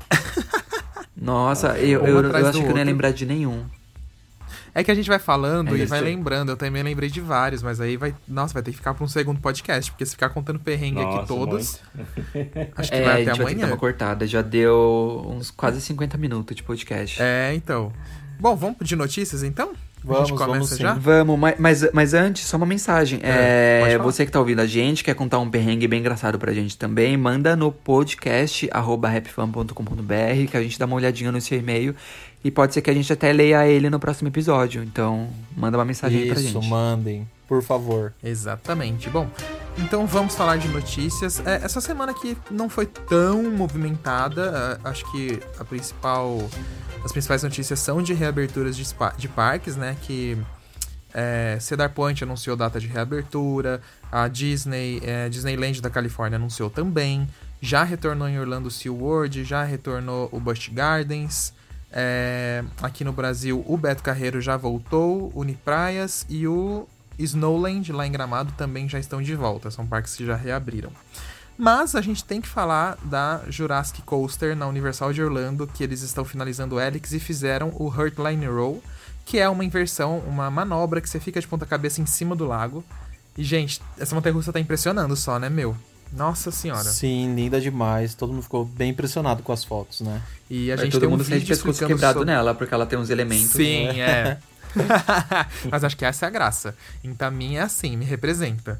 Nossa, eu, eu, eu acho que eu não ia lembrar de nenhum. É que a gente vai falando é e vai sei. lembrando. Eu também lembrei de vários, mas aí vai... Nossa, vai ter que ficar pra um segundo podcast, porque se ficar contando perrengue Nossa, aqui todos... muito. Acho que é, vai a até gente vai ter que dar amanhã. uma cortada. Já deu uns quase cinquenta minutos de podcast. É, então. Bom, vamos de notícias, então? Vamos, a gente começa vamos sim. já? Vamos, mas, mas, mas antes, só uma mensagem. É, É, pode falar. você que tá ouvindo a gente, quer contar um perrengue bem engraçado pra gente também, manda no podcast arroba rapfan ponto com ponto br, que a gente dá uma olhadinha no seu e-mail. E pode ser que a gente até leia ele no próximo episódio. Então, manda uma mensagem aí pra gente. Isso, mandem, por favor. Exatamente. Bom, então vamos falar de notícias. É, essa semana aqui não foi tão movimentada. É, acho que a principal... As principais notícias são de reaberturas de, spa, de parques, né? Que é, Cedar Point anunciou data de reabertura. A Disney, é, Disneyland da Califórnia anunciou também. Já retornou em Orlando SeaWorld, já retornou o Busch Gardens. É, aqui no Brasil, o Beto Carreiro já voltou, o Unipraias e o Snowland lá em Gramado também já estão de volta. São parques que já reabriram. Mas a gente tem que falar da Jurassic Coaster na Universal de Orlando, que eles estão finalizando o Helix e fizeram o Heartline Roll, que é uma inversão, uma manobra que você fica de ponta cabeça em cima do lago. E, gente, essa montanha-russa tá impressionando só, né, meu? Nossa senhora. Sim, linda demais. Todo mundo ficou bem impressionado com as fotos, né? E a Aí gente todo tem um mundo sente vídeo pescoço explicando quebrado sobre... nela, porque ela tem uns elementos. Sim, né? é. Mas acho que essa é a graça. Então, a minha é assim, me representa.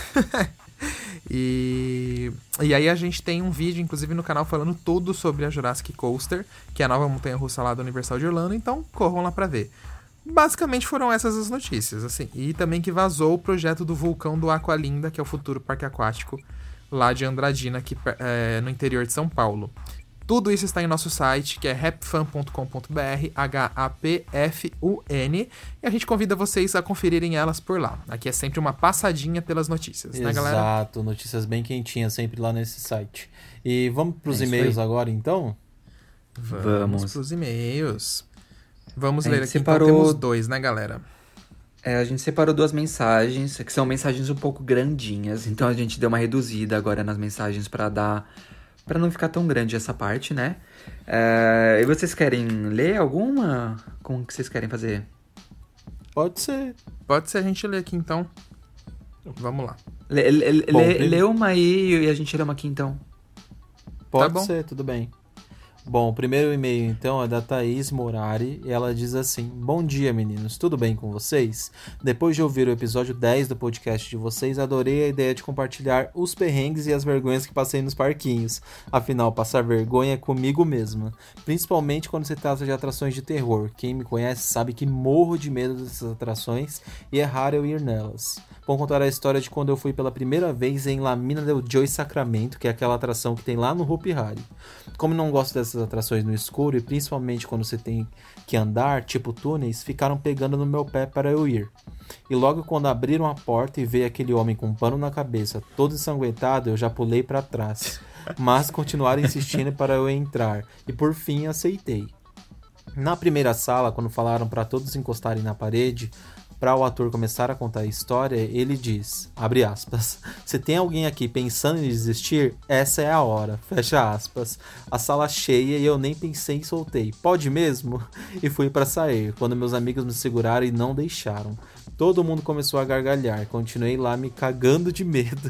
e... e aí a gente tem um vídeo, inclusive, no canal falando tudo sobre a Jurassic Coaster, que é a nova montanha-russa lá da Universal de Orlando, então corram lá pra ver. Basicamente foram essas as notícias, assim. E também que vazou o projeto do vulcão do Aqualinda, que é o futuro parque aquático lá de Andradina, aqui é, no interior de São Paulo. Tudo isso está em nosso site, que é rapfun ponto com ponto b r, H A P F U N, e a gente convida vocês a conferirem elas por lá. Aqui é sempre uma passadinha pelas notícias, Exato, né, galera? Exato, notícias bem quentinhas sempre lá nesse site. E vamos pros É e-mails agora, então? Vamos, Vamos. pros e-mails. Vamos A ler gente aqui, separou- então temos dois, né, galera? É, a gente separou duas mensagens, que são mensagens um pouco grandinhas, então a gente deu uma reduzida agora nas mensagens pra dar, para não ficar tão grande essa parte, né? É, e vocês querem ler alguma? Como que vocês querem fazer? Pode ser. Pode ser a gente ler aqui, então. Vamos lá. Lê, lê, Bom, lê, prim- lê uma aí e a gente lê uma aqui, então. Pode bom. ser, tudo bem. Bom, o primeiro e-mail então é da Thaís Morari e ela diz assim: Bom dia, meninos, tudo bem com vocês? Depois de ouvir o episódio dez do podcast de vocês, adorei a ideia de compartilhar os perrengues e as vergonhas que passei nos parquinhos. Afinal, passar vergonha é comigo mesma, principalmente quando se trata de atrações de terror. Quem me conhece sabe que morro de medo dessas atrações e é raro eu ir nelas. Vou contar a história de quando eu fui pela primeira vez em La Mina del Joy Sacramento, que é aquela atração que tem lá no Hopi Hari. Como não gosto dessas atrações no escuro, e principalmente quando você tem que andar, tipo túneis, ficaram pegando no meu pé para eu ir. E logo quando abriram a porta e veio aquele homem com um pano na cabeça, todo ensanguentado, eu já pulei para trás. Mas continuaram insistindo para eu entrar, e por fim aceitei. Na primeira sala, quando falaram para todos encostarem na parede, para o ator começar a contar a história, ele diz, abre aspas, se tem alguém aqui pensando em desistir, essa é a hora, fecha aspas. A sala cheia e eu nem pensei e soltei, pode mesmo? E fui para sair, quando meus amigos me seguraram e não deixaram. Todo mundo começou a gargalhar, continuei lá me cagando de medo.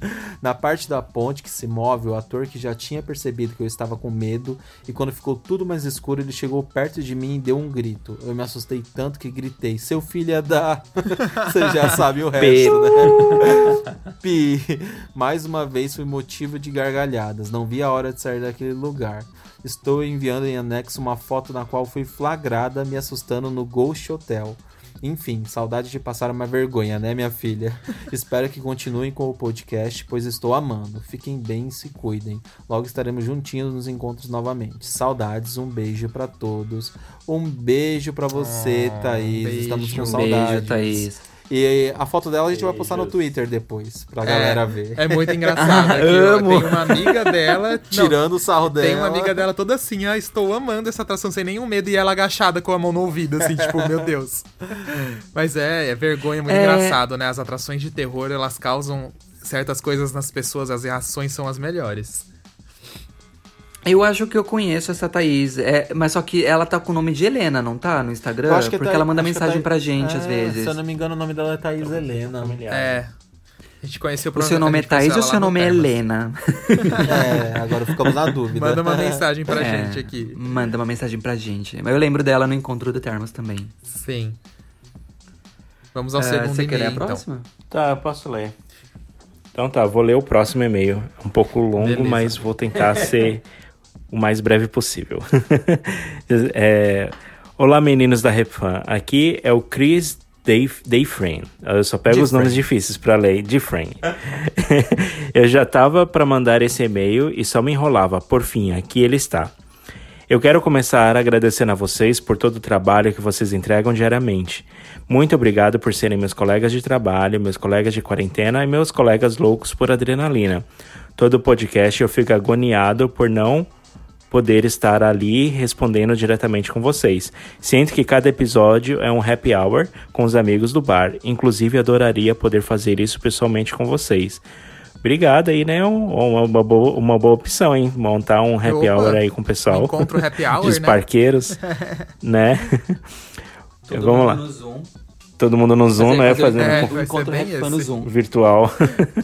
Na parte da ponte que se move, o ator que já tinha percebido que eu estava com medo, e quando ficou tudo mais escuro, ele chegou perto de mim e deu um grito. Eu me assustei tanto que gritei, seu filho é da... Você já sabe o resto, né? Pi. Mais uma vez foi motivo de gargalhadas, não vi a hora de sair daquele lugar. Estou enviando em anexo uma foto na qual fui flagrada me assustando no Ghost Hotel. Enfim, saudade de passar uma vergonha, né, minha filha? Espero que continuem com o podcast, pois estou amando. Fiquem bem e se cuidem. Logo estaremos juntinhos nos encontros novamente. Saudades, um beijo pra todos. Um beijo pra você, Oh, Thaís. beijo. Estamos com Um saudades. beijo, Thaís. E a foto dela a gente vai postar no Beijos. Twitter depois, pra galera ver. É muito engraçado. Aqui, ó, Amo. tem uma amiga dela... não, Tirando o sarro dela. tem uma amiga dela toda assim, ah, estou amando essa atração sem nenhum medo, e ela agachada com a mão no ouvido, assim, tipo, meu Deus. Mas é, é vergonha, muito É. engraçado, né? As atrações de terror, elas causam certas coisas nas pessoas, as reações são as melhores. Eu acho que eu conheço essa Thaís, é, mas só que ela tá com o nome de Helena, não tá? No Instagram? Eu acho que é Porque Thaí- ela manda acho que é mensagem Thaí- pra gente, É, às vezes. Se eu não me engano, o nome dela é Thaís Helena. É. A gente conheceu O seu nome é Thaís ou o seu nome é Helena? É, agora ficamos na dúvida. Manda uma mensagem pra É, gente aqui. Manda uma mensagem pra gente. Eu lembro dela no encontro do Termos também. Sim. Vamos ao É, segundo você quer ler e-mail, a então. próxima? Tá, eu posso ler. Então tá, vou ler o próximo e-mail. É um pouco longo, Beleza. mas vou tentar ser o mais breve possível. É, olá, meninos da RapFan. Aqui é o Chris Dayfrain. Eu só pego os Dayfrain. nomes difíceis pra ler. Dayfrain. Eu já tava pra mandar esse e-mail e só me enrolava. Por fim, aqui ele está. Eu quero começar agradecendo a vocês por todo o trabalho que vocês entregam diariamente. Muito obrigado por serem meus colegas de trabalho, meus colegas de quarentena e meus colegas loucos por adrenalina. Todo podcast eu fico agoniado por não poder estar ali respondendo diretamente com vocês. Sinto que cada episódio é um happy hour com os amigos do bar. Inclusive, adoraria poder fazer isso pessoalmente com vocês. Obrigado aí, né? Uma, uma, boa, uma boa opção, hein? Montar um happy Opa, hour aí com o pessoal. encontro happy hour, dos né? parqueiros, né? Todo Vamos mundo lá. no Zoom. Todo mundo no Zoom, Fazer- né? fazer- Fazendo É, um vai encontro ser bem Rap Fan no esse. Zoom. virtual.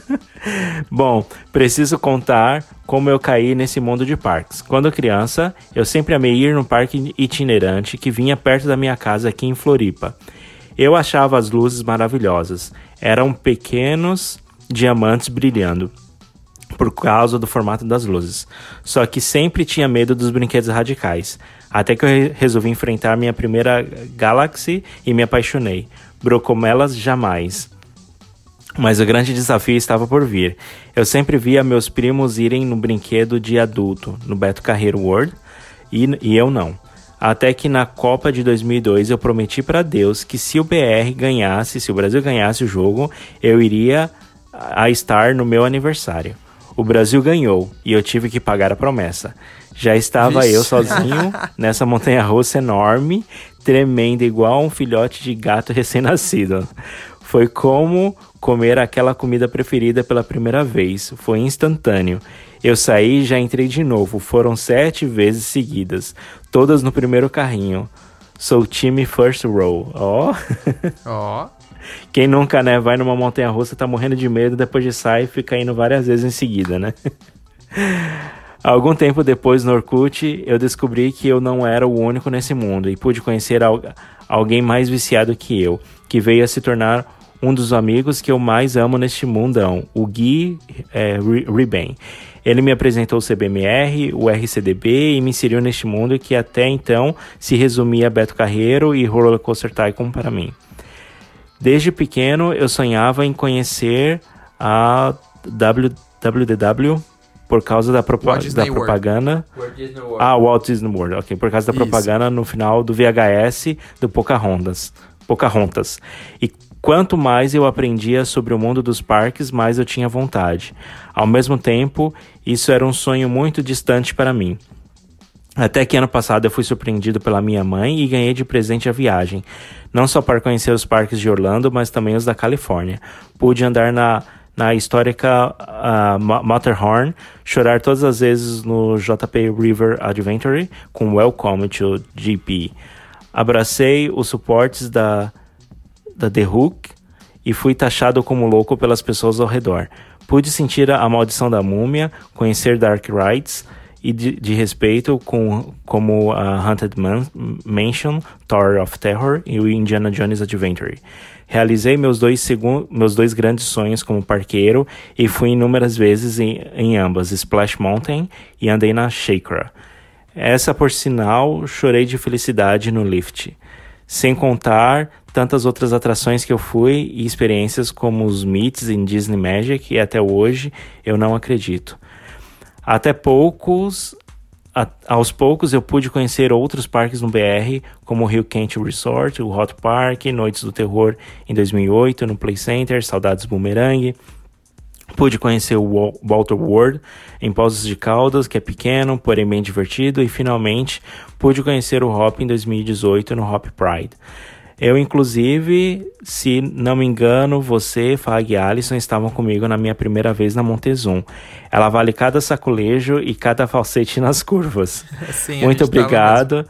Bom, preciso contar como eu caí nesse mundo de parques. Quando criança, eu sempre amei ir no parque itinerante que vinha perto da minha casa aqui em Floripa. Eu achava as luzes maravilhosas. Eram pequenos diamantes brilhando por causa do formato das luzes. Só que sempre tinha medo dos brinquedos radicais. Até que eu re- resolvi enfrentar minha primeira Galaxy e me apaixonei. Brocomelas jamais. Mas o grande desafio estava por vir. Eu sempre via meus primos irem no brinquedo de adulto, no Beto Carreiro World, e, e eu não. Até que na Copa de dois mil e dois eu prometi para Deus que se o B R ganhasse, se o Brasil ganhasse o jogo, eu iria a estar no meu aniversário. O Brasil ganhou e eu tive que pagar a promessa. Já estava Vixe. eu sozinho nessa montanha-russa enorme, tremendo igual um filhote de gato recém-nascido. Foi como comer aquela comida preferida pela primeira vez. Foi instantâneo. Eu saí e já entrei de novo. Foram sete vezes seguidas. Todas no primeiro carrinho. Sou time first row. Ó. Ó. Quem nunca, né, vai numa montanha-russa, tá morrendo de medo, depois de sair e fica indo várias vezes em seguida, né? Algum tempo depois, no Orkut, eu descobri que eu não era o único nesse mundo e pude conhecer al- alguém mais viciado que eu, que veio a se tornar um dos amigos que eu mais amo neste mundão, o Gui é, Ri- Riben. Ele me apresentou o C B M R, o R C D B e me inseriu neste mundo que até então se resumia a Beto Carreiro e Roller Coaster Tycoon para mim. Desde pequeno eu sonhava em conhecer a W D W por causa da, propa- Walt Disney da World. propaganda. Walt Disney World. Ah, Walt Disney World, ok. Por causa da Isso. propaganda no final do V H S do Pocahontas. Pocahontas. E quanto mais eu aprendia sobre o mundo dos parques, mais eu tinha vontade. Ao mesmo tempo, isso era um sonho muito distante para mim. Até que ano passado eu fui surpreendido pela minha mãe e ganhei de presente a viagem. Não só para conhecer os parques de Orlando, mas também os da Califórnia. Pude andar na, na histórica uh, Ma- Matterhorn, chorar todas as vezes no J P River Adventure com Welcome to G P. Abracei os suportes da, da The Hook e fui taxado como louco pelas pessoas ao redor. Pude sentir a maldição da múmia, conhecer Dark Rides e de, de respeito com, como a Haunted Man- Mansion, Tower of Terror e o Indiana Jones Adventure. Realizei meus dois, segun, meus dois grandes sonhos como parqueiro e fui inúmeras vezes em, em ambas, Splash Mountain e andei na Shakra. Essa, por sinal, chorei de felicidade no lift. Sem contar tantas outras atrações que eu fui e experiências como os meets em Disney Magic e até hoje eu não acredito. Até poucos, a, aos poucos eu pude conhecer outros parques no B R, como o Rio Quente Resort, o Hot Park, Noites do Terror em dois mil e oito no Play Center, Saudades Boomerang. Pude conhecer o Wa- Walter World em Poços de Caldas, que é pequeno, porém bem divertido. E finalmente pude conhecer o Hop em dois mil e dezoito no Hop Pride. Eu, inclusive, se não me engano, você, Fag e Alisson estavam comigo na minha primeira vez na Montezum. Ela vale cada sacolejo e cada falsete nas curvas. Sim, a Muito gente tava obrigado.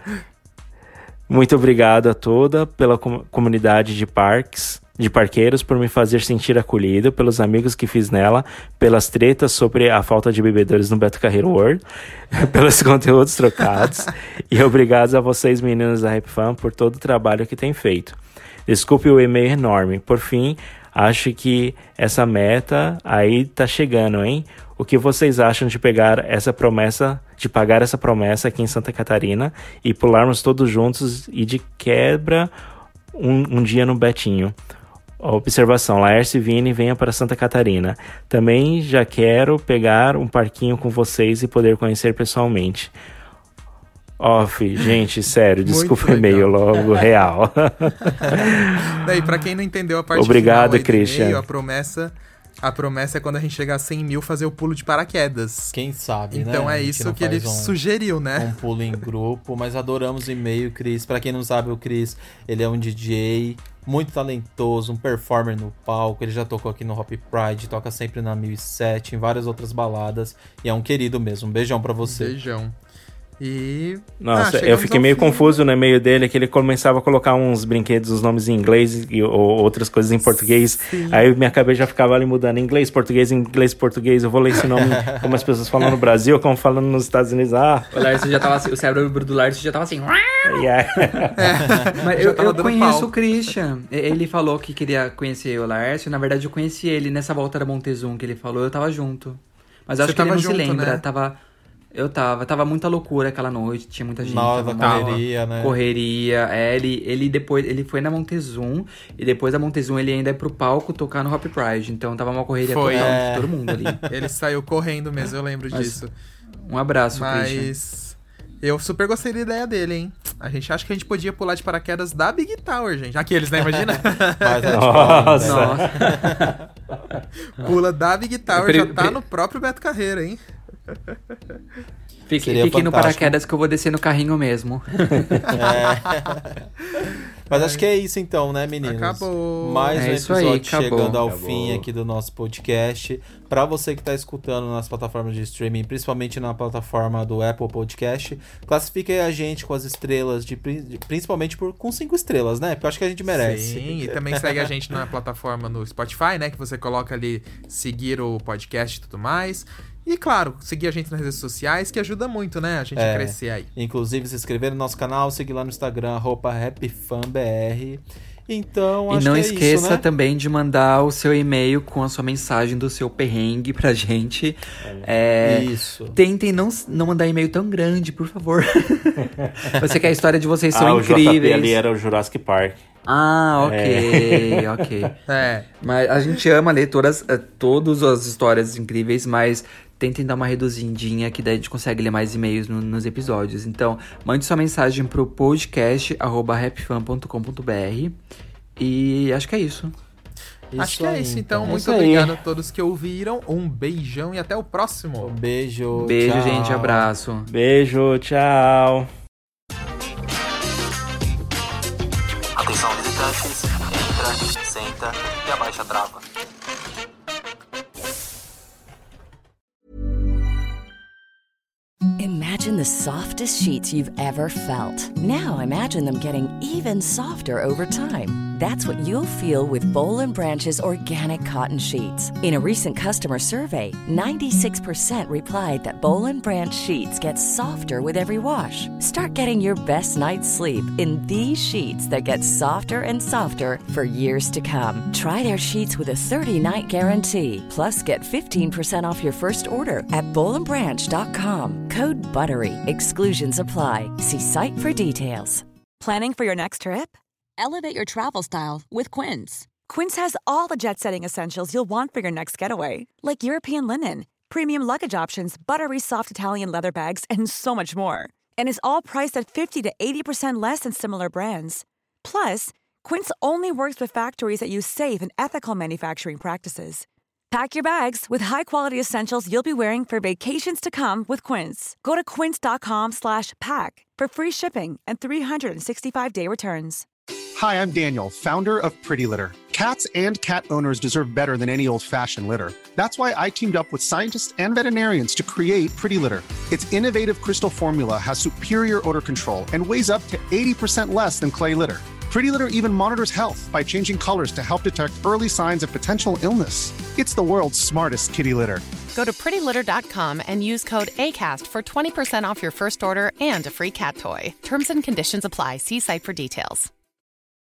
Muito obrigado a toda pela com- comunidade de parques, de parqueiros, por me fazer sentir acolhido, pelos amigos que fiz nela, pelas tretas sobre a falta de bebedores no Beto Carreiro World, pelos conteúdos trocados, e obrigado a vocês, meninos da Rap Fan, por todo o trabalho que têm feito. Desculpe o e-mail enorme. Por fim, acho que essa meta aí tá chegando, hein? O que vocês acham de pegar essa promessa, de pagar essa promessa aqui em Santa Catarina e pularmos todos juntos e de quebra um, um dia no Betinho? Observação, Laércio e Vini, venha para Santa Catarina. Também já quero pegar um parquinho com vocês e poder conhecer pessoalmente. Off, gente, sério, desculpa o Muito e-mail legal. logo, real. Daí, pra quem não entendeu a parte Obrigado, final aí do Christian. e-mail, a promessa, a promessa é quando a gente chegar a cem mil fazer o pulo de paraquedas. Quem sabe, né? Então A é gente isso não que ele faz um- sugeriu, né? um pulo em grupo, mas adoramos o e-mail, Cris. Pra quem não sabe, o Cris, ele é um D J muito talentoso, um performer no palco. Ele já tocou aqui no Hop Pride, toca sempre na mil e sete, em várias outras baladas, e é um querido mesmo. Um beijão pra você. Beijão. E... Nossa, ah, eu fiquei meio fim. confuso no e-mail dele, que ele começava a colocar uns brinquedos, os nomes em inglês e ou outras coisas em português. Sim. Aí minha cabeça já ficava ali mudando, inglês, português, inglês, português. Eu vou ler esse nome como as pessoas falam no Brasil, como falam nos Estados Unidos. Ah. O Lárcio já tava assim, o cérebro do Lárcio já tava assim. Yeah. É. Mas eu, eu conheço pau. o Christian. Ele falou que queria conhecer o Lárcio. Na verdade, eu conheci ele nessa volta da Montezum que ele falou. Eu tava junto. Mas eu acho que ele não junto, se lembra. Né? Tava... Eu tava, tava muita loucura aquela noite, tinha muita gente. Nova tava correria, né? Correria, é, ele, ele depois, ele foi na Montezum, e depois da Montezum ele ainda é pro palco tocar no Hop Pride, então tava uma correria foi. total É. de todo mundo ali. Ele saiu correndo mesmo, eu lembro Mas, disso. Um abraço, Mas Christian. Eu super gostei da ideia dele, hein? A gente acha que a gente podia pular de paraquedas da Big Tower, gente. Aqueles, né? Imagina? Mas é Nossa. Nossa. Pula da Big Tower, Pre- já tá pre- no próprio Beto Carreiro, hein? Fique, Seria fique no fantástico. paraquedas que eu vou descer no carrinho mesmo. É. Mas acho que é isso então, né, meninos? Acabou. Mais É um isso aí, episódio acabou. chegando ao Acabou. fim aqui do nosso podcast. Pra você que tá escutando nas plataformas de streaming, principalmente na plataforma do Apple Podcast, classifique aí a gente com as estrelas, de, de- principalmente por, com cinco estrelas, né? Porque eu acho que a gente merece. Sim, e também segue a gente na plataforma no Spotify, né? Que você coloca ali seguir o podcast e tudo mais. E claro, seguir a gente nas redes sociais, que ajuda muito, né? A gente É. a crescer aí. Inclusive, se inscrever no nosso canal, seguir lá no Instagram, arroba HappyFanBR. Então, E acho não que é esqueça isso, né? também de mandar o seu e-mail com a sua mensagem do seu perrengue pra gente. É, Isso. Tentem não, não mandar e-mail tão grande, por favor. Você quer a história de vocês Ah, são o J P incríveis. ali era o Jurassic Park. Ah, ok, ok. É. Mas a gente ama ler todas, eh, todas as histórias incríveis, mas tentem dar uma reduzidinha, que daí a gente consegue ler mais e-mails no- nos episódios. Então, mande sua mensagem pro podcast arroba rapfan ponto com ponto br. E acho que é isso. Acho que é aí, isso, então. É Muito isso aí. obrigado a todos que ouviram. Um beijão e até o próximo. Um beijo. Beijo, tchau. gente. Abraço. Beijo, tchau. Atenção, visitantes. Entra, senta e abaixa a trava. Imagine the softest sheets you've ever felt. Now imagine them getting even softer over time. That's what you'll feel with Boll and Branch's organic cotton sheets. In a recent customer survey, ninety-six percent replied that Boll and Branch sheets get softer with every wash. Start getting your best night's sleep in these sheets that get softer and softer for years to come. Try their sheets with a thirty-night guarantee. Plus, get fifteen percent off your first order at boll and branch dot com. Code BUTTERY. Exclusions apply. See site for details. Planning for your next trip? Elevate your travel style with Quince. Quince has all the jet-setting essentials you'll want for your next getaway, like European linen, premium luggage options, buttery soft Italian leather bags, and so much more. And is all priced at fifty to eighty percent less than similar brands. Plus, Quince only works with factories that use safe and ethical manufacturing practices. Pack your bags with high-quality essentials you'll be wearing for vacations to come with Quince. Go to quince.com slash pack for free shipping and three sixty-five day returns. Hi, I'm Daniel, founder of Pretty Litter. Cats and cat owners deserve better than any old-fashioned litter. That's why I teamed up with scientists and veterinarians to create Pretty Litter. Its innovative crystal formula has superior odor control and weighs up to eighty percent less than clay litter. Pretty Litter even monitors health by changing colors to help detect early signs of potential illness. It's the world's smartest kitty litter. Go to pretty litter dot com and use code ACAST for twenty percent off your first order and a free cat toy. Terms and conditions apply. See site for details.